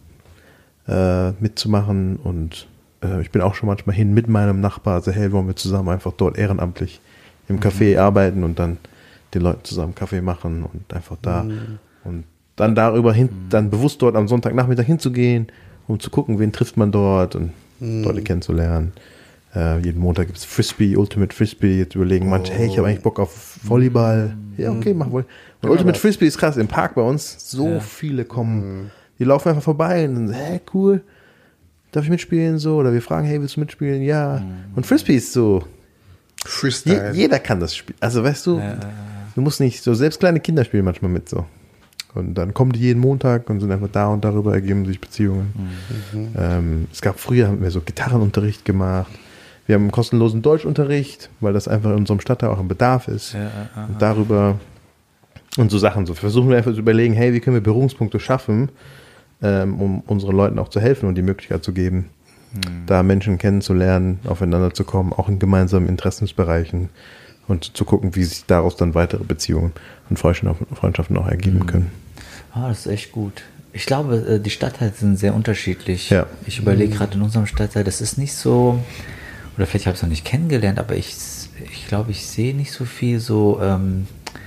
äh, mitzumachen und äh, ich bin auch schon manchmal hin mit meinem Nachbar, also hey, wollen wir zusammen einfach dort ehrenamtlich im Café mhm. arbeiten und dann den Leuten zusammen Kaffee machen und einfach da mhm. und dann darüber hin, dann bewusst dort am Sonntagnachmittag hinzugehen, um zu gucken, wen trifft man dort und mm. Leute kennenzulernen. Äh, jeden Montag gibt es Frisbee, Ultimate Frisbee. Jetzt überlegen oh. manche, hey, ich habe eigentlich Bock auf Volleyball. Mm. Ja, okay, machen wir. Und ja, Ultimate Frisbee ist krass. Im Park bei uns, so ja. viele kommen. Mm. Die laufen einfach vorbei und dann, hä, cool. Darf ich mitspielen? So, oder wir fragen, hey, willst du mitspielen? Ja. Mm. Und Frisbee ist so. Freestyle. Je, jeder kann das spielen. Also, weißt du, ja. du musst nicht so, selbst kleine Kinder spielen manchmal mit so. Und dann kommen die jeden Montag und sind einfach da und darüber ergeben sich Beziehungen. Mhm. Ähm, es gab früher, haben wir so Gitarrenunterricht gemacht. Wir haben einen kostenlosen Deutschunterricht, weil das einfach in unserem Stadtteil auch ein Bedarf ist. Ja, aha. Und darüber und so Sachen. So versuchen wir einfach zu überlegen, hey, wie können wir Berührungspunkte schaffen, ähm, um unseren Leuten auch zu helfen und die Möglichkeit zu geben, mhm. da Menschen kennenzulernen, aufeinander zu kommen, auch in gemeinsamen Interessensbereichen. Und zu gucken, wie sich daraus dann weitere Beziehungen und Freundschaften auch ergeben können. Ah, das ist echt gut. Ich glaube, die Stadtteile sind sehr unterschiedlich. Ja. Ich überlege gerade in unserem Stadtteil, das ist nicht so, oder vielleicht habe ich es noch nicht kennengelernt, aber ich, ich glaube, ich sehe nicht so viel so, ähm,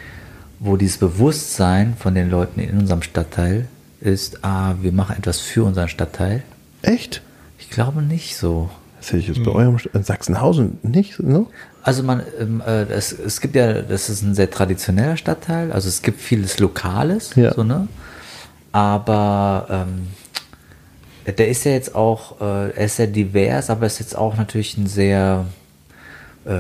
wo dieses Bewusstsein von den Leuten in unserem Stadtteil ist, ah, wir machen etwas für unseren Stadtteil. Echt? Ich glaube nicht so. Das hätte ich jetzt bei hm. eurem St- in Sachsenhausen nicht, ne? Also man, ähm, äh, es, es gibt ja, das ist ein sehr traditioneller Stadtteil, also es gibt vieles Lokales, ja. so, ne? Aber ähm, der ist ja jetzt auch, äh, er ist sehr divers, aber ist jetzt auch natürlich ein sehr, äh,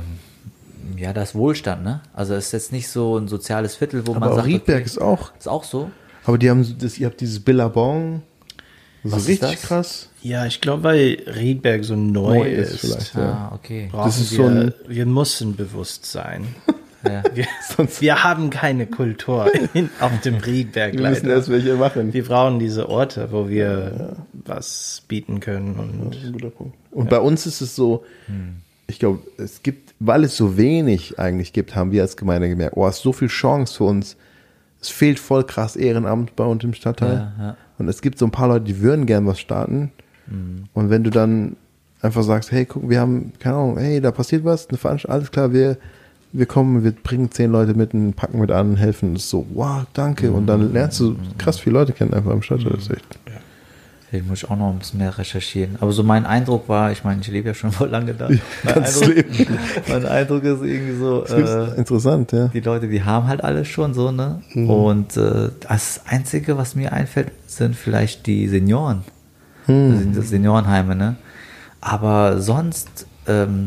ja, das Wohlstand, ne? Also es ist jetzt nicht so ein soziales Viertel, wo aber man auch sagt, Riedberg okay, ist auch. Ist auch so. Aber die haben das, ihr habt dieses Billabong. Das ist richtig das? krass. Ja, ich glaube, weil Riedberg so neu, neu ist. Vielleicht, ah, ja. okay. Das ist wir, so ein wir müssen bewusst sein. Ja. Wir, wir haben keine Kultur in, auf dem Riedberg. Wir müssen leider. erst welche machen. Wir brauchen diese Orte, wo wir ja. was bieten können. Und, das ist ein guter Punkt. Und ja. bei uns ist es so, hm. ich glaube, es gibt, weil es so wenig eigentlich gibt, haben wir als Gemeinde gemerkt, oh, es ist so viel Chance für uns. Es fehlt voll krass Ehrenamt bei uns im Stadtteil. Ja, ja. Und es gibt so ein paar Leute, die würden gern was starten. Mhm. Und wenn du dann einfach sagst, hey, guck, wir haben, keine Ahnung, hey, da passiert was, eine Veranstaltung, alles klar, wir, wir kommen, wir bringen zehn Leute mit, packen mit an, helfen. Das ist so, wow, danke. Mhm. Und dann lernst du krass viele Leute kennen einfach im Stadtteil. Das ist echt. Ja. Ich muss auch noch ein bisschen mehr recherchieren. Aber so mein Eindruck war, ich meine, ich lebe ja schon voll lange da. Mein Eindruck, mein Eindruck ist irgendwie so, äh, interessant, ja. Die Leute, die haben halt alles schon so, ne? Mhm. Und äh, das Einzige, was mir einfällt, sind vielleicht die Senioren. Mhm. Das Seniorenheime, ne? Aber sonst, ähm,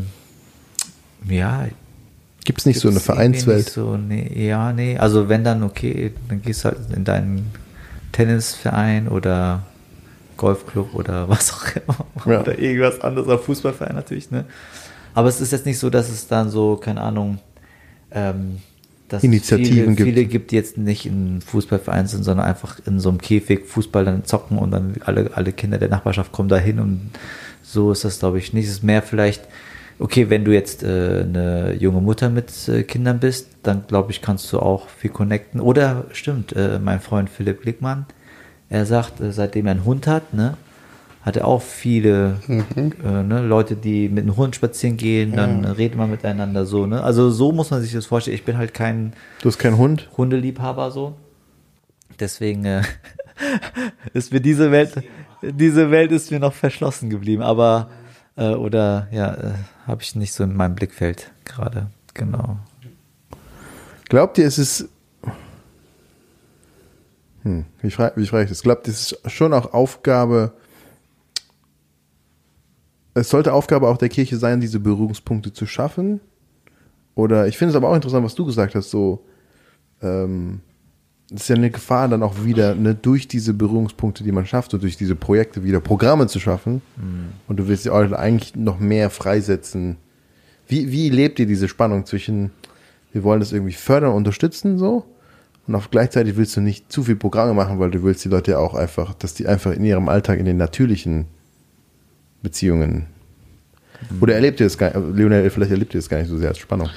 ja. Gibt es nicht so eine Vereinswelt? Nicht so, nee, ja, nee. Also wenn dann, okay, dann gehst du halt in deinen Tennisverein oder Golfclub oder was auch immer. Ja. Oder irgendwas anderes, oder Fußballverein natürlich, ne? Aber es ist jetzt nicht so, dass es dann so, keine Ahnung, ähm, dass Initiativen es viele, gibt. viele gibt, die jetzt nicht in Fußballverein sind, sondern einfach in so einem Käfig Fußball dann zocken und dann alle, alle Kinder der Nachbarschaft kommen da hin und so ist das, glaube ich, nicht. Es ist mehr vielleicht, okay, wenn du jetzt äh, eine junge Mutter mit äh, Kindern bist, dann glaube ich, kannst du auch viel connecten. Oder stimmt, äh, mein Freund Philipp Glickmann, er sagt, äh, seitdem er einen Hund hat, ne, hat er auch viele mhm. äh, ne, Leute, die mit einem Hund spazieren gehen, dann ja. redet man miteinander so, ne? Also so muss man sich das vorstellen. Ich bin halt kein Du hast keinen Hund? Hundeliebhaber so. Deswegen äh, ist mir diese Welt, diese Welt ist mir noch verschlossen geblieben. Aber äh, oder ja, äh, habe ich nicht so in meinem Blickfeld gerade. Genau. Glaubt ihr, es ist hm, wie frage wie frag ich das? Glaubt ihr, es ist schon auch Aufgabe Es sollte Aufgabe auch der Kirche sein, diese Berührungspunkte zu schaffen? Oder ich finde es aber auch interessant, was du gesagt hast, so ähm, es ist ja eine Gefahr dann auch wieder, ne, durch diese Berührungspunkte, die man schafft und durch diese Projekte wieder Programme zu schaffen mhm. und du willst ja auch eigentlich noch mehr freisetzen. Wie, wie lebt ihr diese Spannung zwischen, wir wollen das irgendwie fördern, unterstützen so und auf gleichzeitig willst du nicht zu viel Programme machen, weil du willst die Leute ja auch einfach, dass die einfach in ihrem Alltag in den natürlichen Beziehungen. Oder erlebt ihr das gar nicht, Lionel, vielleicht erlebt ihr das gar nicht so sehr als Spannung?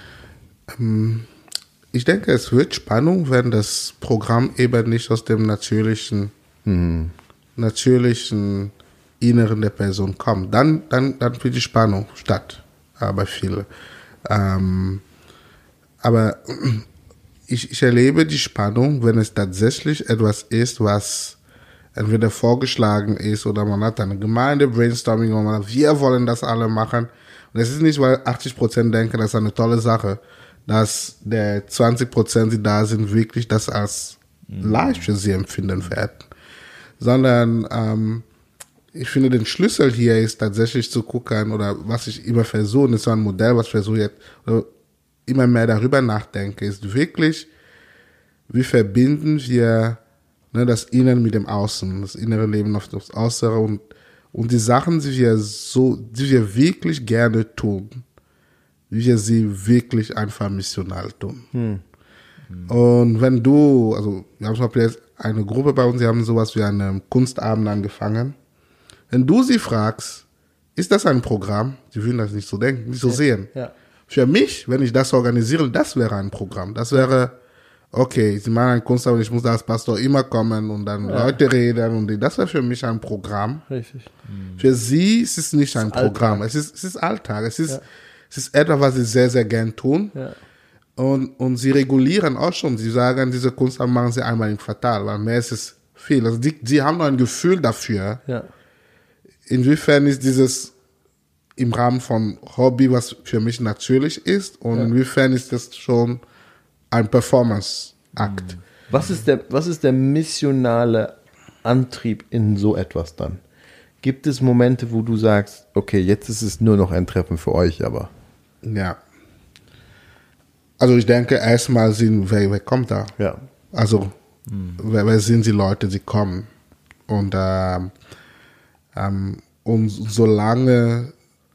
Ich denke, es wird Spannung, wenn das Programm eben nicht aus dem natürlichen, mhm. natürlichen Inneren der Person kommt. Dann, dann, dann findet die Spannung statt, bei vielen. Ähm, aber ich, ich erlebe die Spannung, wenn es tatsächlich etwas ist, was entweder vorgeschlagen ist oder man hat eine Gemeinde-Brainstorming und man sagt, wir wollen das alle machen. Und es ist nicht, weil achtzig Prozent denken, das ist eine tolle Sache, dass der zwanzig Prozent, die da sind, wirklich das als mhm. leicht für sie empfinden werden. Sondern ähm, ich finde, den Schlüssel hier ist tatsächlich zu gucken, oder was ich immer versuche, ist so ein Modell, was ich versuche jetzt, oder immer mehr darüber nachdenke, ist wirklich, wie verbinden wir ne, das Innen mit dem Außen, das innere Leben auf das Äußere und, und die Sachen, die wir so, die wir wirklich gerne tun, wie wir sie wirklich einfach missional tun. Hm. Und wenn du, also wir haben zum Beispiel jetzt eine Gruppe bei uns, die haben sowas wie einen Kunstabend angefangen. Wenn du sie fragst, ist das ein Programm? Sie würden das nicht so denken, nicht so ja. sehen. Ja. Für mich, wenn ich das organisiere, das wäre ein Programm. Das wäre, okay, sie machen einen Kunstabend, ich muss da als Pastor immer kommen und dann ja. Leute reden und die, das wäre für mich ein Programm. Richtig. Mhm. Für sie ist es nicht ein Programm, es ist, es ist Alltag, es ist, ja. es ist etwas, was sie sehr, sehr gern tun. Ja. Und, und sie regulieren auch schon, sie sagen, diese Kunstabend machen sie einmal im Quartal, weil mehr ist es viel. Also die, die haben noch ein Gefühl dafür, ja. inwiefern ist dieses im Rahmen von Hobby, was für mich natürlich ist, und ja. inwiefern ist das schon ein Performance-Akt. Was ist der, was ist der missionale Antrieb in so etwas dann? Gibt es Momente, wo du sagst, okay, jetzt ist es nur noch ein Treffen für euch, aber? Ja. Also ich denke, erstmal sind, wer, wer kommt da? Ja. Also, mhm. wer, wer sind die Leute, die kommen? Und, ähm, ähm, und solange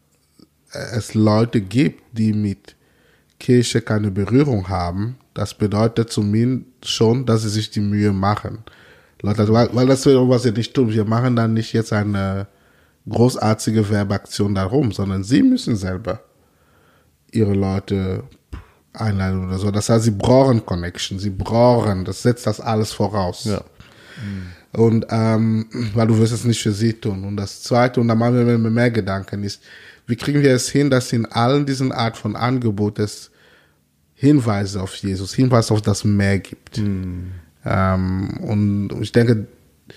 es Leute gibt, die mit Kirche keine Berührung haben, das bedeutet zumindest schon, dass sie sich die Mühe machen. Leute, weil, weil das ist, was sie nicht tun. Wir machen dann nicht jetzt eine großartige Werbeaktion darum, sondern sie müssen selber ihre Leute einladen oder so. Das heißt, sie brauchen Connection, sie brauchen, das setzt das alles voraus. Ja. Mhm. Und ähm, weil du wirst es nicht für sie tun. Und das Zweite, und da machen wir mir mehr Gedanken, ist, wie kriegen wir es hin, dass in allen diesen Art von Angebot es Hinweise auf Jesus, Hinweise auf das Mehr gibt. Mhm. Ähm, und ich denke,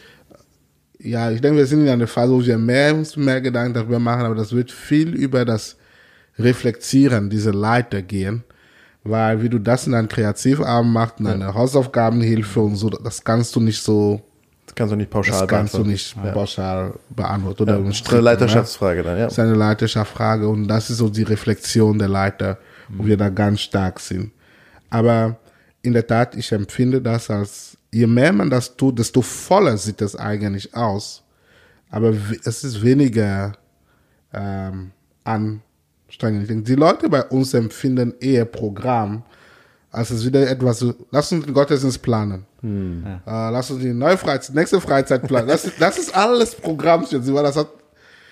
ja, ich denke, wir sind in einer Phase, wo wir mehr, uns mehr Gedanken darüber machen, aber das wird viel über das Reflektieren dieser Leiter gehen, weil wie du das in einem Kreativabend machst, in einer ja. Hausaufgabenhilfe und so, das kannst du nicht so, das kannst du nicht pauschal das kannst du nicht ja. pauschal beantworten. Oder ja, Stricken, eine Leiterschaftsfrage dann, ja. Das ist eine Leiterschaftsfrage und das ist so die Reflexion der Leiter, wo mhm. wir da ganz stark sind. Aber in der Tat, ich empfinde das als, je mehr man das tut, desto voller sieht es eigentlich aus. aber es ist weniger ähm, anstrengend. Ich denke, die Leute bei uns empfinden eher Programm, als es wieder etwas so, lass uns den Gottesdienst planen. Hm. Ja. Äh, lass uns die neue Freizeit, nächste Freizeit planen. Das, das ist alles Programm für sie, weil das hat,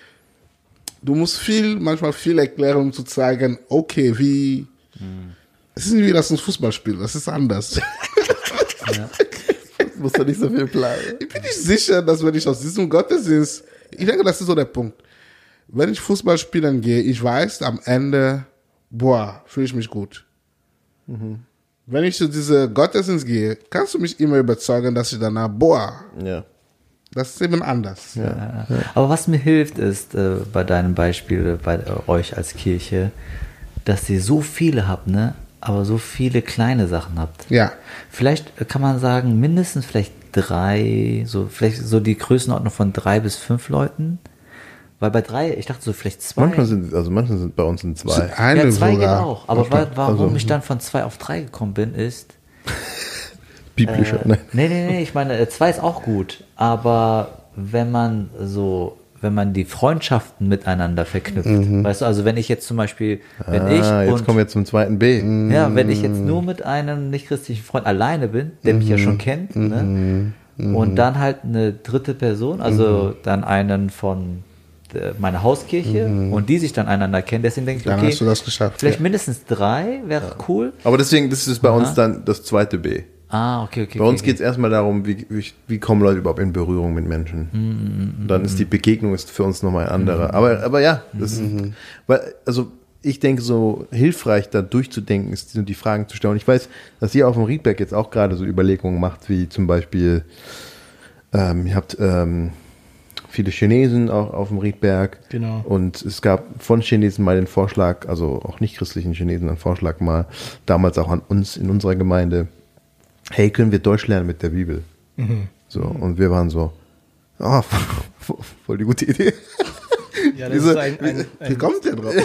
du musst viel, manchmal viel erklären, um zu zeigen, okay, wie, hm. es ist nicht wie, lass uns Fußball spielen, das ist anders. Ja. Musst du nicht so viel planen. Ich bin nicht sicher, dass wenn ich aus diesem Gottesdienst, ich denke, das ist so der Punkt. Wenn ich Fußball spielen gehe, ich weiß am Ende, boah, fühle ich mich gut. Mhm. Wenn ich zu diesem Gottesdienst gehe, kannst du mich immer überzeugen, dass ich danach, boah, ja. das ist eben anders. Ja. Ja. Aber was mir hilft, ist äh, bei deinem Beispiel, bei äh, euch als Kirche, dass ihr so viele habt, ne? Aber so viele kleine Sachen habt. Ja. Vielleicht kann man sagen, mindestens vielleicht drei, so vielleicht so die Größenordnung von drei bis fünf Leuten. Weil bei drei, ich dachte so vielleicht zwei. Manchmal sind, also manchmal sind bei uns sind zwei. Eine ja, zwei sogar. geht auch. Aber wa- warum also, ich dann von zwei auf drei gekommen bin, ist biblischer, äh, ne? Nee, nee, nee, ich meine, zwei ist auch gut. Aber wenn man so, wenn man die Freundschaften miteinander verknüpft, mhm. weißt du, also wenn ich jetzt zum Beispiel, wenn ah, ich jetzt und, kommen wir zum zweiten B. Ja, wenn ich jetzt nur mit einem nicht-christlichen Freund alleine bin, der mich ja schon kennt, ne? Und dann halt eine dritte Person, also dann einen von meiner Hauskirche mhm. und die sich dann einander kennen, deswegen denke ich, dann okay, hast du das geschafft, vielleicht ja. mindestens drei wäre ja. cool. Aber deswegen, das ist bei Aha. uns dann das zweite B. Ah, okay, okay. Bei okay, uns geht es okay. erstmal darum, wie, wie, wie kommen Leute überhaupt in Berührung mit Menschen. Mhm, und dann ist die Begegnung ist für uns nochmal ein anderer. Mhm. Aber, aber ja, das mhm. ist, weil, also ich denke, so hilfreich da durchzudenken ist, die Fragen zu stellen. Ich weiß, dass ihr auf dem Riedberg jetzt auch gerade so Überlegungen macht, wie zum Beispiel, ähm, ihr habt ähm, viele Chinesen auch auf dem Riedberg. Genau. Und es gab von Chinesen mal den Vorschlag, also auch nicht christlichen Chinesen, einen Vorschlag mal, damals auch an uns in unserer Gemeinde, hey, können wir Deutsch lernen mit der Bibel? Mhm. So, und wir waren so, oh, voll die gute Idee. Ja, das Diese, ist ein, ein, ein wie kommt der drauf?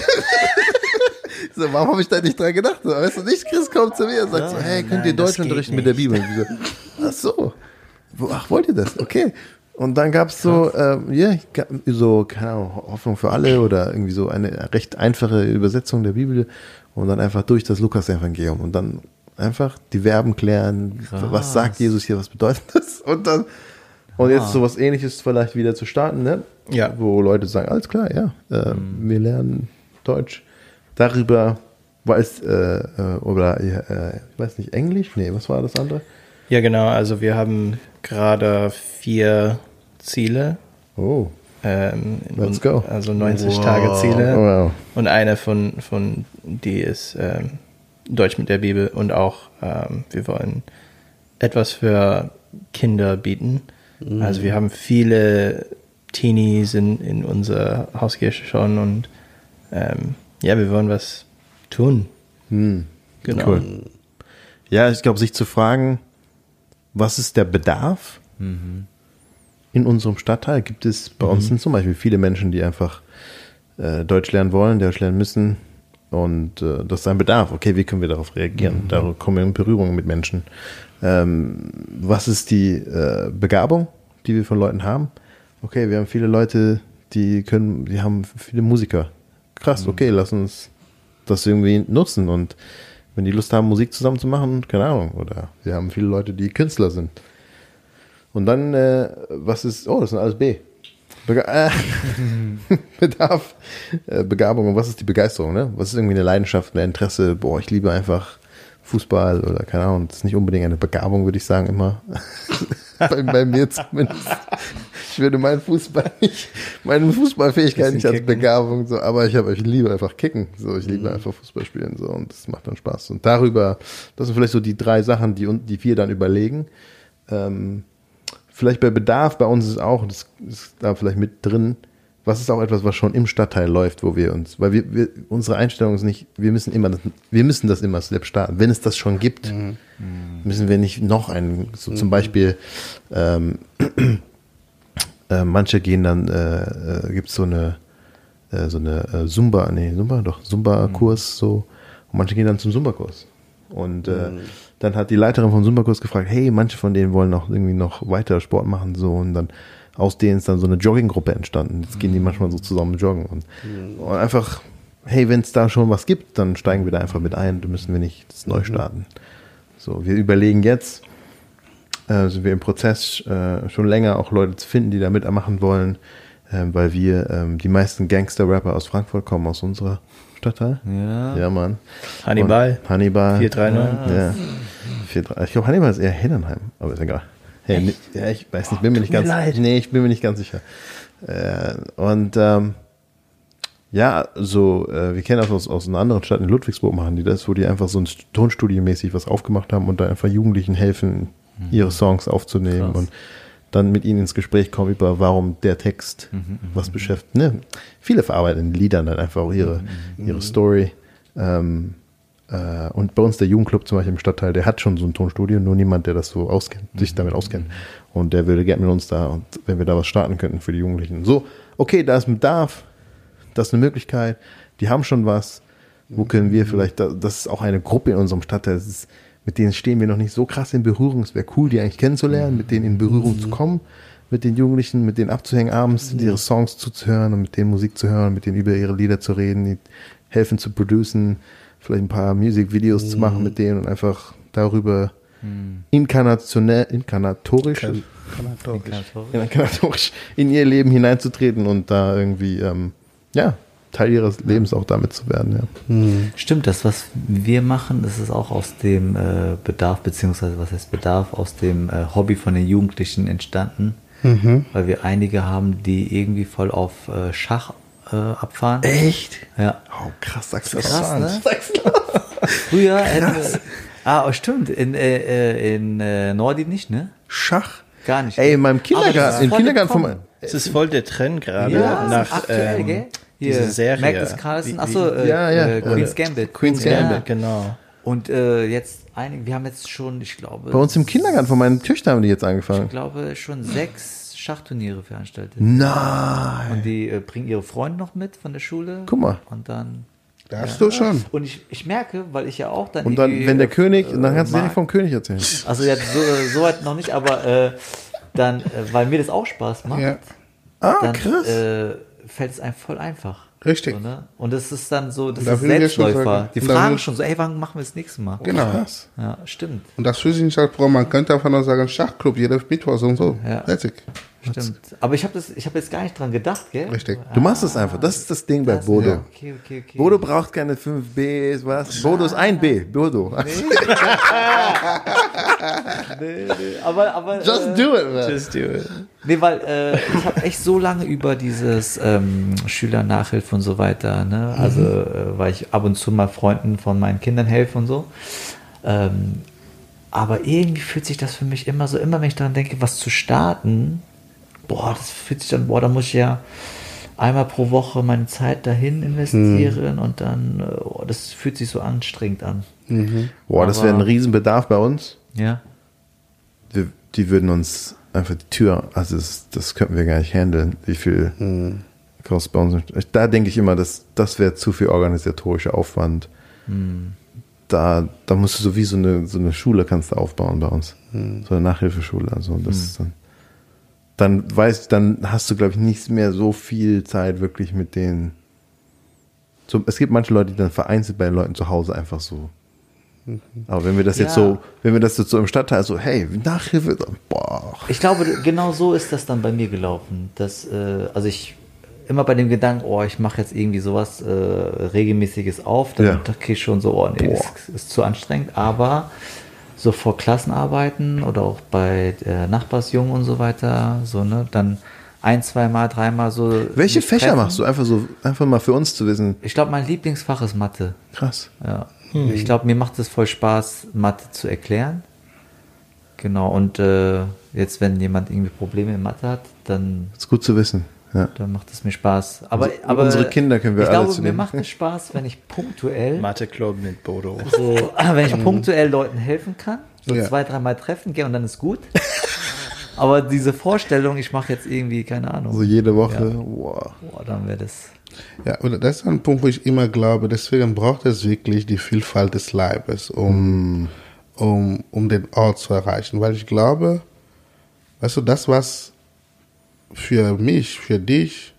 So, warum habe ich da nicht dran gedacht? So, weißt du, nicht Christ kommt zu mir und sagt ja, so, hey, könnt nein, ihr Deutsch unterrichten mit der Bibel? Und so, ach so, ach, wollt ihr das? Okay. Und dann gab es so, ähm, ja, so, keine Ahnung, Hoffnung für alle oder irgendwie so eine recht einfache Übersetzung der Bibel und dann einfach durch das Lukas-Evangelium und dann einfach die Verben klären, krass. Was sagt Jesus hier, was bedeutet das? Und dann, und ah. jetzt sowas Ähnliches vielleicht wieder zu starten, ne? Ja. Wo Leute sagen, alles klar, ja, äh, mhm. wir lernen Deutsch. Darüber war es, äh, oder, äh, ich weiß nicht, Englisch? Nee, was war das andere? Ja, genau, also wir haben gerade vier Ziele. Oh. Ähm, Let's go. Also neunzig wow. Tage Ziele. Wow. Und eine von, von die ist ähm, Deutsch mit der Bibel und auch ähm, wir wollen etwas für Kinder bieten. Mhm. Also wir haben viele Teenies in, in unserer Hauskirche schon und ähm, ja, wir wollen was tun. Mhm. Genau. Cool. Ja, ich glaube, sich zu fragen, was ist der Bedarf mhm. in unserem Stadtteil? Gibt es, bei mhm. uns sind zum Beispiel viele Menschen, die einfach äh, Deutsch lernen wollen, Deutsch lernen müssen und äh, das ist ein Bedarf. Okay, wie können wir darauf reagieren? Mhm. Da kommen wir in Berührung mit Menschen. Ähm, was ist die äh, Begabung, die wir von Leuten haben? Okay, wir haben viele Leute, die können, die haben viele Musiker. Krass, okay, mhm. lass uns das irgendwie nutzen und wenn die Lust haben, Musik zusammen zu machen, keine Ahnung. Oder wir haben viele Leute, die Künstler sind. Und dann, äh, was ist, oh, das sind alles B. Bega- äh, Bedarf, äh, Begabung. Und was ist die Begeisterung, ne? Was ist irgendwie eine Leidenschaft, ein Interesse? Boah, ich liebe einfach Fußball oder keine Ahnung. Das ist nicht unbedingt eine Begabung, würde ich sagen, immer. bei, bei mir zumindest. Ich würde meinen Fußball nicht, meine Fußballfähigkeit nicht als kicken. Begabung, so, aber ich habe, ich liebe einfach kicken, so, ich liebe mhm. einfach Fußball spielen, so, und das macht dann Spaß. Und darüber, das sind vielleicht so die drei Sachen, die, die wir dann überlegen. Ähm, vielleicht bei Bedarf, bei uns ist auch, das ist da vielleicht mit drin, was ist auch etwas, was schon im Stadtteil läuft, wo wir uns, weil wir, wir unsere Einstellung ist nicht, wir müssen immer, das, wir müssen das immer selbst starten. Wenn es das schon gibt, mhm. müssen wir nicht noch einen, so mhm. zum Beispiel, ähm, äh, manche gehen dann, äh, äh, gibt es so eine, äh, so eine äh, Zumba, nee, Zumba, doch, Zumba-Kurs, mhm. so, und manche gehen dann zum Zumba-Kurs. Und äh, dann hat die Leiterin vom Zumba-Kurs gefragt, hey, manche von denen wollen noch irgendwie noch weiter Sport machen, so, und dann aus denen ist dann so eine Jogginggruppe entstanden. Jetzt gehen die manchmal so zusammen joggen und, und einfach, hey, wenn es da schon was gibt, dann steigen wir da einfach mit ein, da müssen wir nicht das neu starten. So, wir überlegen jetzt, äh, sind wir im Prozess, äh, schon länger auch Leute zu finden, die da mitmachen wollen, äh, weil wir, ähm, die meisten Gangster-Rapper aus Frankfurt kommen aus unserer Stadtteil. Ja. Ja, Mann. Hannibal. Und Hannibal. vier drei neun. Ja. vier drei Ich glaube, Hannibal ist eher Hennenheim, aber ist egal. Hey, nee, ja, ich weiß nicht, bin mir nicht ganz, nee, ich bin mir nicht ganz sicher. Äh, und ähm, ja, so, äh, wir kennen das aus, aus einer anderen Stadt in Ludwigsburg, machen die das, wo die einfach so ein Tonstudio-mäßig was aufgemacht haben und da einfach Jugendlichen helfen, ihre Songs aufzunehmen. Krass. Und dann mit ihnen ins Gespräch kommen über, warum der Text mhm, was beschäftigt. Ne? Viele verarbeiten in Liedern dann einfach auch ihre, mhm, ihre Story. Ähm, äh, und bei uns der Jugendclub zum Beispiel im Stadtteil, der hat schon so ein Tonstudio, nur niemand, der das so auskennt, mhm. sich damit auskennt. Und der würde gerne mit uns da, und wenn wir da was starten könnten für die Jugendlichen. So, okay, da ist ein Bedarf, das ist eine Möglichkeit, die haben schon was. Wo können wir vielleicht, das ist auch eine Gruppe in unserem Stadtteil, das ist, mit denen stehen wir noch nicht so krass in Berührung. Es wäre cool, die eigentlich kennenzulernen, mit denen in Berührung zu kommen, mit den Jugendlichen, mit denen abzuhängen abends, ihre Songs zuzuhören und mit denen Musik zu hören, mit denen über ihre Lieder zu reden, die helfen zu producen, vielleicht ein paar Musikvideos zu machen mit denen und einfach darüber inkarnationell, inkarnatorisch, inkarnatorisch. inkarnatorisch in ihr Leben hineinzutreten und da irgendwie, ähm, ja, Teil ihres Lebens auch damit zu werden. Ja. Hm. Stimmt, das, was wir machen, das ist auch aus dem äh, Bedarf, beziehungsweise was heißt Bedarf, aus dem äh, Hobby von den Jugendlichen entstanden, mhm. weil wir einige haben, die irgendwie voll auf äh, Schach äh, abfahren. Echt? Ja. Oh, krass, sagst du das. Krass, ne? Früher, krass. Äh, ah, oh, stimmt, in, äh, in äh, Nordi nicht, ne? Schach? Gar nicht. Ey, in meinem Kindergarten, im Kindergarten von meinem... Es ist voll der Trend gerade ja, nach aktuell, ähm, gell? Hier, diese Serie. Magnus Carlsen, achso, äh, ja, ja, äh, Queen's ja. Gambit. Queen's ja, Gambit, genau. Und äh, jetzt einige, wir haben jetzt schon, ich glaube... Bei uns im Kindergarten von meinen Töchtern haben die jetzt angefangen. Ich glaube, schon sechs Schachturniere veranstaltet. Nein. Und die äh, bringen ihre Freunde noch mit von der Schule. Guck mal. Und dann... Da hast ja. du schon. Und ich, ich merke, weil ich ja auch dann... Und dann, wenn der König, äh, dann kannst du mag. direkt vom König erzählen. Also ja, so, so weit noch nicht, aber äh, dann, äh, weil mir das auch Spaß macht, ja. Ah, dann krass. Äh, fällt es einem voll einfach. Richtig. So, ne? Und das ist dann so, das da ist Selbstläufer. Sagen, die fragen schon so, ey, wann machen wir das nächste Mal? Genau. Krass. Ja, stimmt. Und das Physikalisation, man könnte einfach nur sagen, Schachclub, jeder Mittwoch und so. Ja. Fertig. Stimmt. Aber ich habe hab jetzt gar nicht dran gedacht, gell? Richtig. Du machst es einfach. Das ist das Ding bei Bodo. Ja. Okay, okay, okay. Bodo braucht keine fünf Bs, was? Bodo ist ein B. Bodo. Nee. nee, nee. Aber, aber, Just äh, do it, man. Just do it. Nee, weil äh, ich habe echt so lange über dieses ähm, Schülernachhilfe und so weiter, ne? Also, mhm. äh, weil ich ab und zu mal Freunden von meinen Kindern helfe und so. Ähm, aber irgendwie fühlt sich das für mich immer so, immer wenn ich daran denke, was zu starten, boah, das fühlt sich dann, boah, da muss ich ja einmal pro Woche meine Zeit dahin investieren mhm. und dann, oh, das fühlt sich so anstrengend an. Mhm. Boah, das wäre ein Riesenbedarf bei uns. Ja. Wir, die würden uns einfach die Tür, also das, das könnten wir gar nicht handeln, wie viel mhm. kostet bei uns. Da denke ich immer, das, das wäre zu viel organisatorischer Aufwand. Mhm. Da, da musst du so wie so eine, so eine Schule kannst du aufbauen bei uns. Mhm. So eine Nachhilfeschule. Also das mhm. ist dann, dann weißt dann hast du, glaube ich, nicht mehr so viel Zeit wirklich mit den. So, es gibt manche Leute, die dann vereinzelt bei den Leuten zu Hause einfach so. Mhm. Aber wenn wir das ja. jetzt so, wenn wir das jetzt so im Stadtteil so, hey, Nachhilfe, boah. Ich glaube, genau so ist das dann bei mir gelaufen. Dass, äh, also ich immer bei dem Gedanken, oh, ich mache jetzt irgendwie sowas äh, Regelmäßiges auf, dann ja. kriege ich schon so, oh nee, das ist zu anstrengend, aber so vor Klassenarbeiten oder auch bei äh, Nachbarsjungen und so weiter, so, ne, dann ein, zweimal, dreimal so. Welche Fächer treffen. Machst du? Einfach so, einfach mal für uns zu wissen. Ich glaube, mein Lieblingsfach ist Mathe. Krass. Ja. Hm. Ich glaube, mir macht es voll Spaß, Mathe zu erklären. Genau, und äh, jetzt, wenn jemand irgendwie Probleme in Mathe hat, dann. Ist gut zu wissen. Ja. Dann macht es mir Spaß. Aber, also, aber unsere Kinder können wir ich alle glaube, mir macht es Spaß, wenn ich punktuell Mathe-Club mit Bodo. So, wenn ich punktuell Leuten helfen kann, so ja. zwei, dreimal treffen, gell, und dann ist gut. Aber diese Vorstellung, ich mache jetzt irgendwie, keine Ahnung. So jede Woche, Ja. wow. Boah, dann wäre das. Ja, und das ist ein Punkt, wo ich immer glaube, deswegen braucht es wirklich die Vielfalt des Leibes, um, um, um den Ort zu erreichen. Weil ich glaube, weißt du, das, was für mich, für dich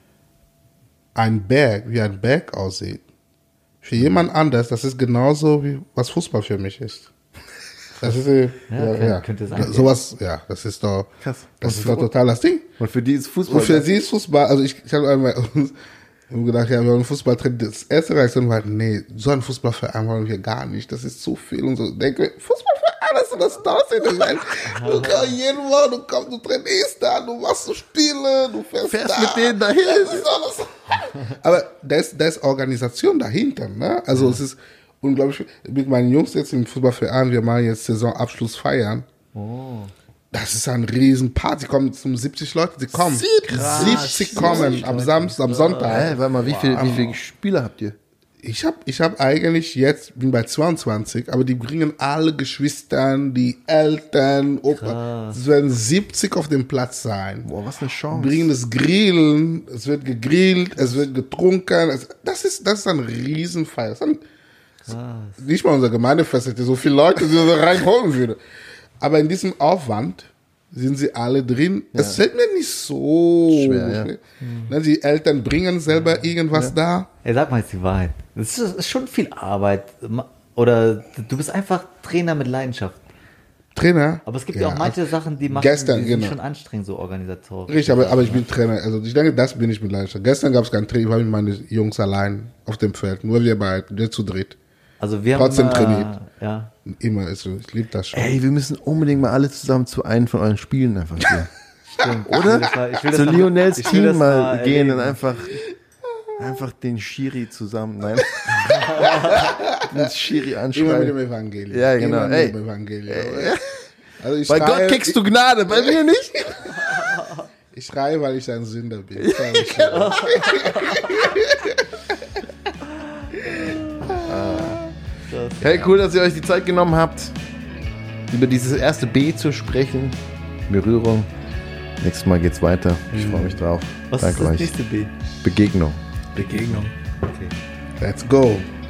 ein Berg, wie ein Berg aussieht, für jemand anders, das ist genauso, wie was Fußball für mich ist. Das ist, äh, ja, kann- ja, könnte sein, sowas, ja, das ist doch, Krass. das Und ist für- doch total das Ding. Und für die ist Fußball. Und für sie ist Fußball, also ich, ich habe einmal ich hab gedacht, ja, wir wollen Fußball trainieren. Das erste Reaktion war, nee, so einen Fußballverein wollen wir gar nicht. Das ist zu viel und so. Ich denke, Fußballverein, das ist das Tollste. Nein, du kommst jeden Woche, du kommst, du trainierst da, du machst so Spiele, du fährst, Fährst da. mit denen dahin. Das ist alles. Aber da ist, da ist Organisation dahinter, ne? Also es ist unglaublich. Mit meinen Jungs jetzt im Fußballverein, wir machen jetzt Saisonabschluss feiern. Oh. Das ist ein riesen Party. Kommen zum siebzig Leute, die kommen. siebzig kommen am Samstag, am Sonntag. Hä, warte mal, wie, viel, wie viele Spieler habt ihr? Ich habe ich hab eigentlich jetzt, bin bei zweiundzwanzig, aber die bringen alle Geschwistern, die Eltern, Opa. Es werden siebzig auf dem Platz sein. Boah, was eine Die Chance. bringen das Grillen, es wird gegrillt, es wird getrunken. Es, das, ist, das ist ein Riesenfeier. Das ist ein, nicht mal unser Gemeindefest hätte so viele Leute, die so reinholen würde. Aber in diesem Aufwand sind sie alle drin. Es fällt mir nicht so Schwer, ja. Ne, die Eltern bringen selber irgendwas da. Ey, sag mal jetzt die Wahrheit. Das ist, das ist schon viel Arbeit. Oder du bist einfach Trainer mit Leidenschaft. Trainer. Aber es gibt ja, auch manche Sachen, die machen gestern, die sind genau. schon anstrengend, so organisatorisch. Richtig, aber, aber ich bin Trainer. Also ich denke, das bin ich mit Leidenschaft. Gestern gab es keinen Training, ich war mit meinen Jungs allein auf dem Feld. Nur wir beide, wir zu dritt. Also wir Trotzdem haben immer, trainiert. Ja. Immer ist so. Ich liebe das schon. Ey, wir müssen unbedingt mal alle zusammen zu einem von euren Spielen einfach gehen. Oder? das mal- ich will das Zu mal- Lionels ich will Team das mal mal gehen erleben. und einfach, einfach den Schiri zusammen, nein. den Schiri Immer mit anschreien. dem Evangelium. Ja, genau. Immer mit Ey. dem Evangelium. Also ich Bei schreie, Gott kriegst du Gnade, bei mir nicht. Ich, ich schreie, weil ich ein Sünder bin. Sorry, sorry. Hey, cool, dass ihr euch die Zeit genommen habt, über dieses erste B zu sprechen. Berührung. Nächstes Mal geht's weiter. Ich freue mich drauf. Was Danke ist das euch. nächste B? Begegnung. Begegnung. Okay. Let's go.